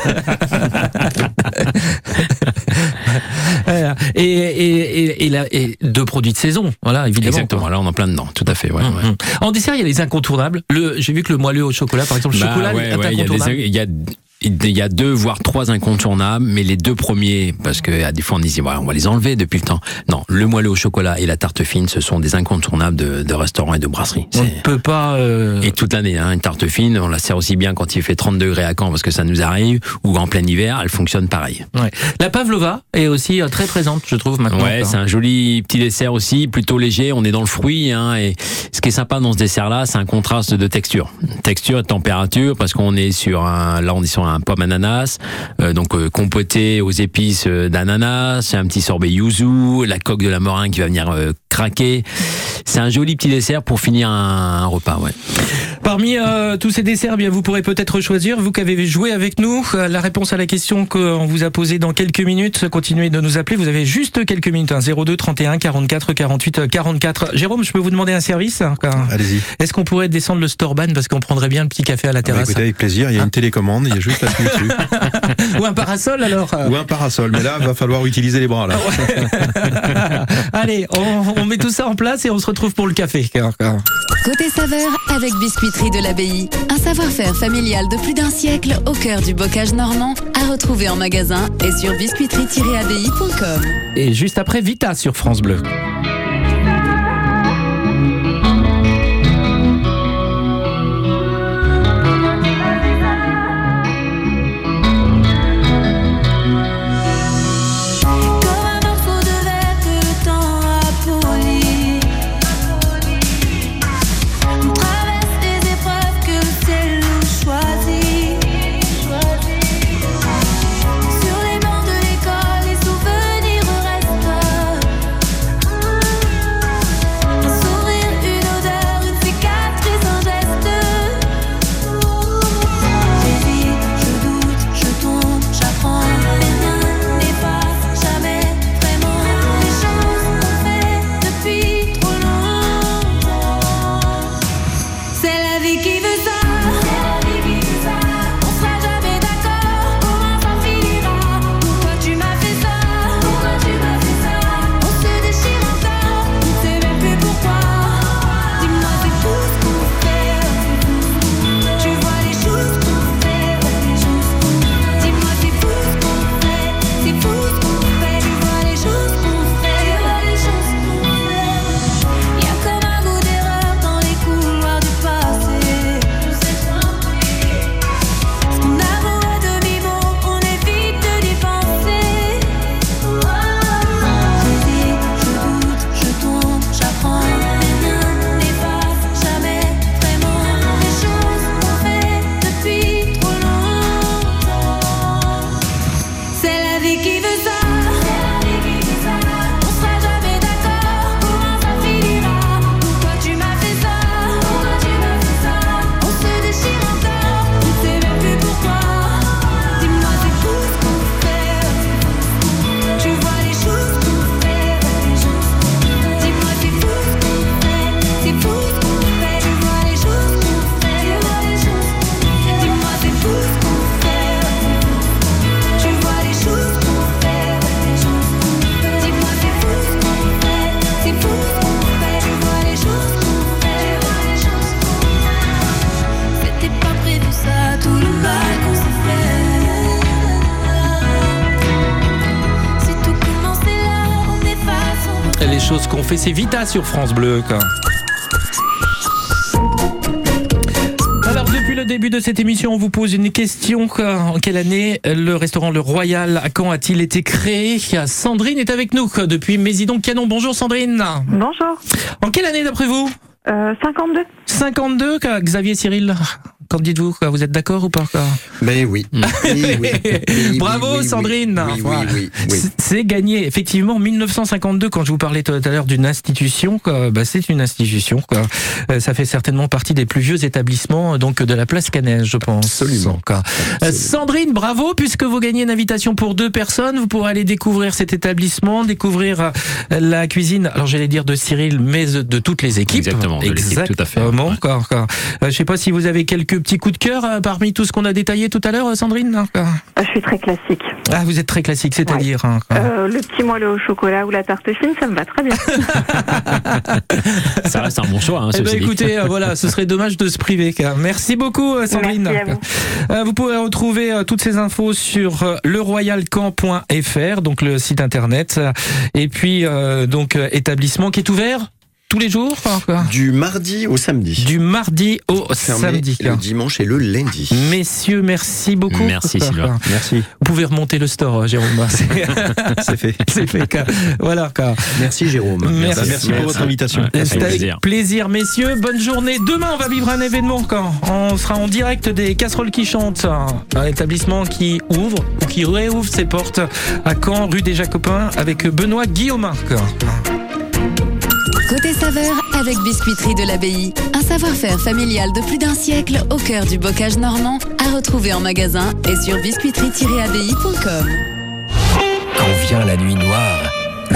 et, et, et, et, la, et deux produits de saison, voilà, évidemment. Exactement, quoi. là on est en plein dedans, tout à fait. Ouais, mmh, ouais. Mmh. En dessert, il y a les incontournables. Le, j'ai vu que le moelleux au chocolat, par exemple, le bah, chocolat ouais, est ouais, incontournable. Il y a des, il y a Il y a deux, voire trois incontournables, mais les deux premiers, parce que à des fois on dit, ouais, on va les enlever depuis le temps. Non, le moelleux au chocolat et la tarte fine, ce sont des incontournables de, de restaurants et de brasseries. On ne peut pas... Euh... Et toute l'année, hein, une tarte fine, on la sert aussi bien quand il fait trente degrés à Caen, parce que ça nous arrive, ou en plein hiver, elle fonctionne pareil. Ouais. La pavlova est aussi très présente, je trouve, maintenant. Ouais, c'est un joli petit dessert aussi, plutôt léger, on est dans le fruit, hein, et ce qui est sympa dans ce dessert-là, c'est un contraste de texture. Texture et de température, parce qu'on est sur un, là on est sur un pomme ananas, Euh, donc euh, compoté aux épices euh, d'ananas, c'est un petit sorbet yuzu, la coque de la meringue qui va venir euh, craquer. C'est un joli petit dessert pour finir un, un repas, ouais. Parmi euh, tous ces desserts, eh bien vous pourrez peut-être choisir, vous qui avez joué avec nous, euh, la réponse à la question qu'on vous a posée dans quelques minutes. Continuez de nous appeler, vous avez juste quelques minutes, hein, zéro deux trente et un quarante-quatre quarante-huit quarante-quatre. Jérôme, je peux vous demander un service hein, Allez-y. Est-ce qu'on pourrait descendre le Storban parce qu'on prendrait bien le petit café à la terrasse? Ah bah écoutez, avec plaisir, il y a une télécommande, il y a juste la tenue dessus. Ou un parasol alors. Ou un parasol, mais là, il va falloir utiliser les bras là. Allez, on, on met tout ça en place et on se retrouve pour le café. Côté saveur avec Biscuiterie de l'Abbaye. Un savoir-faire familial de plus d'un siècle au cœur du bocage normand à retrouver en magasin et sur biscuiterie tiret abbaye point com. Et juste après, Vita sur France Bleu. Les choses qu'on fait, c'est Vita sur France Bleu. Quoi. le début de cette émission, on vous pose une question. En quelle année le restaurant Le Royal à Caen a-t-il été créé? Sandrine est avec nous depuis Mésidon-Canon. Bonjour Sandrine. Bonjour. En quelle année d'après vous? euh, cinquante-deux. cinquanté-deux, Xavier, Cyril, qu'en dites-vous? Vous êtes d'accord ou pas? Ben oui. oui, oui, oui Bravo oui, oui, Sandrine. Oui, oui, oui, oui. C'est gagné. Effectivement, mille neuf cent cinquante-deux, quand je vous parlais tout à l'heure d'une institution, quoi, bah, c'est une institution. Quoi. Euh, ça fait certainement partie des plus vieux établissements donc de la place Canège, je pense. Absolument. Quoi. Euh, Sandrine, bravo, puisque vous gagnez une invitation pour deux personnes. Vous pourrez aller découvrir cet établissement, découvrir euh, la cuisine, alors j'allais dire de Cyril, mais de toutes les équipes. Exactement, de l'équipe, tout à fait. Exactement. Ouais. Quoi, quoi. Euh, je sais pas si vous avez quelques petits coups de cœur euh, parmi tout ce qu'on a détaillé tout à l'heure, Sandrine. Je suis très classique. Ah, vous êtes très classique, c'est-à-dire ouais. hein, euh, le petit moelleux au chocolat ou la tarte fine, ça me va très bien. Ça reste un bon choix. Hein, eh ben, écoutez, euh, voilà, ce serait dommage de se priver. Car. Merci beaucoup, Sandrine. Merci à vous. Euh, vous pouvez retrouver euh, toutes ces infos sur euh, le royal caen point f r, donc le site internet, et puis euh, donc euh, établissement qui est ouvert tous les jours. Du mardi au samedi. Du mardi au Fermé samedi. Le dimanche et le lundi. Messieurs, merci beaucoup. Merci Sylvain. Merci. Vous pouvez remonter le store, Jérôme. C'est fait. C'est fait. Voilà. Merci Jérôme. Merci, merci pour votre invitation. Ouais, C'est avec plaisir. plaisir, messieurs. Bonne journée. Demain, on va vivre un événement quand on sera en direct des Casseroles qui chantent, un établissement qui ouvre ou qui réouvre ses portes à Caen, rue des Jacobins, avec Benoît Guillaumin. Côté saveur avec Biscuiterie de l'Abbaye. Un savoir-faire familial de plus d'un siècle au cœur du bocage normand, à retrouver en magasin et sur biscuiterie tiret abbaye point com. Quand vient la nuit noire,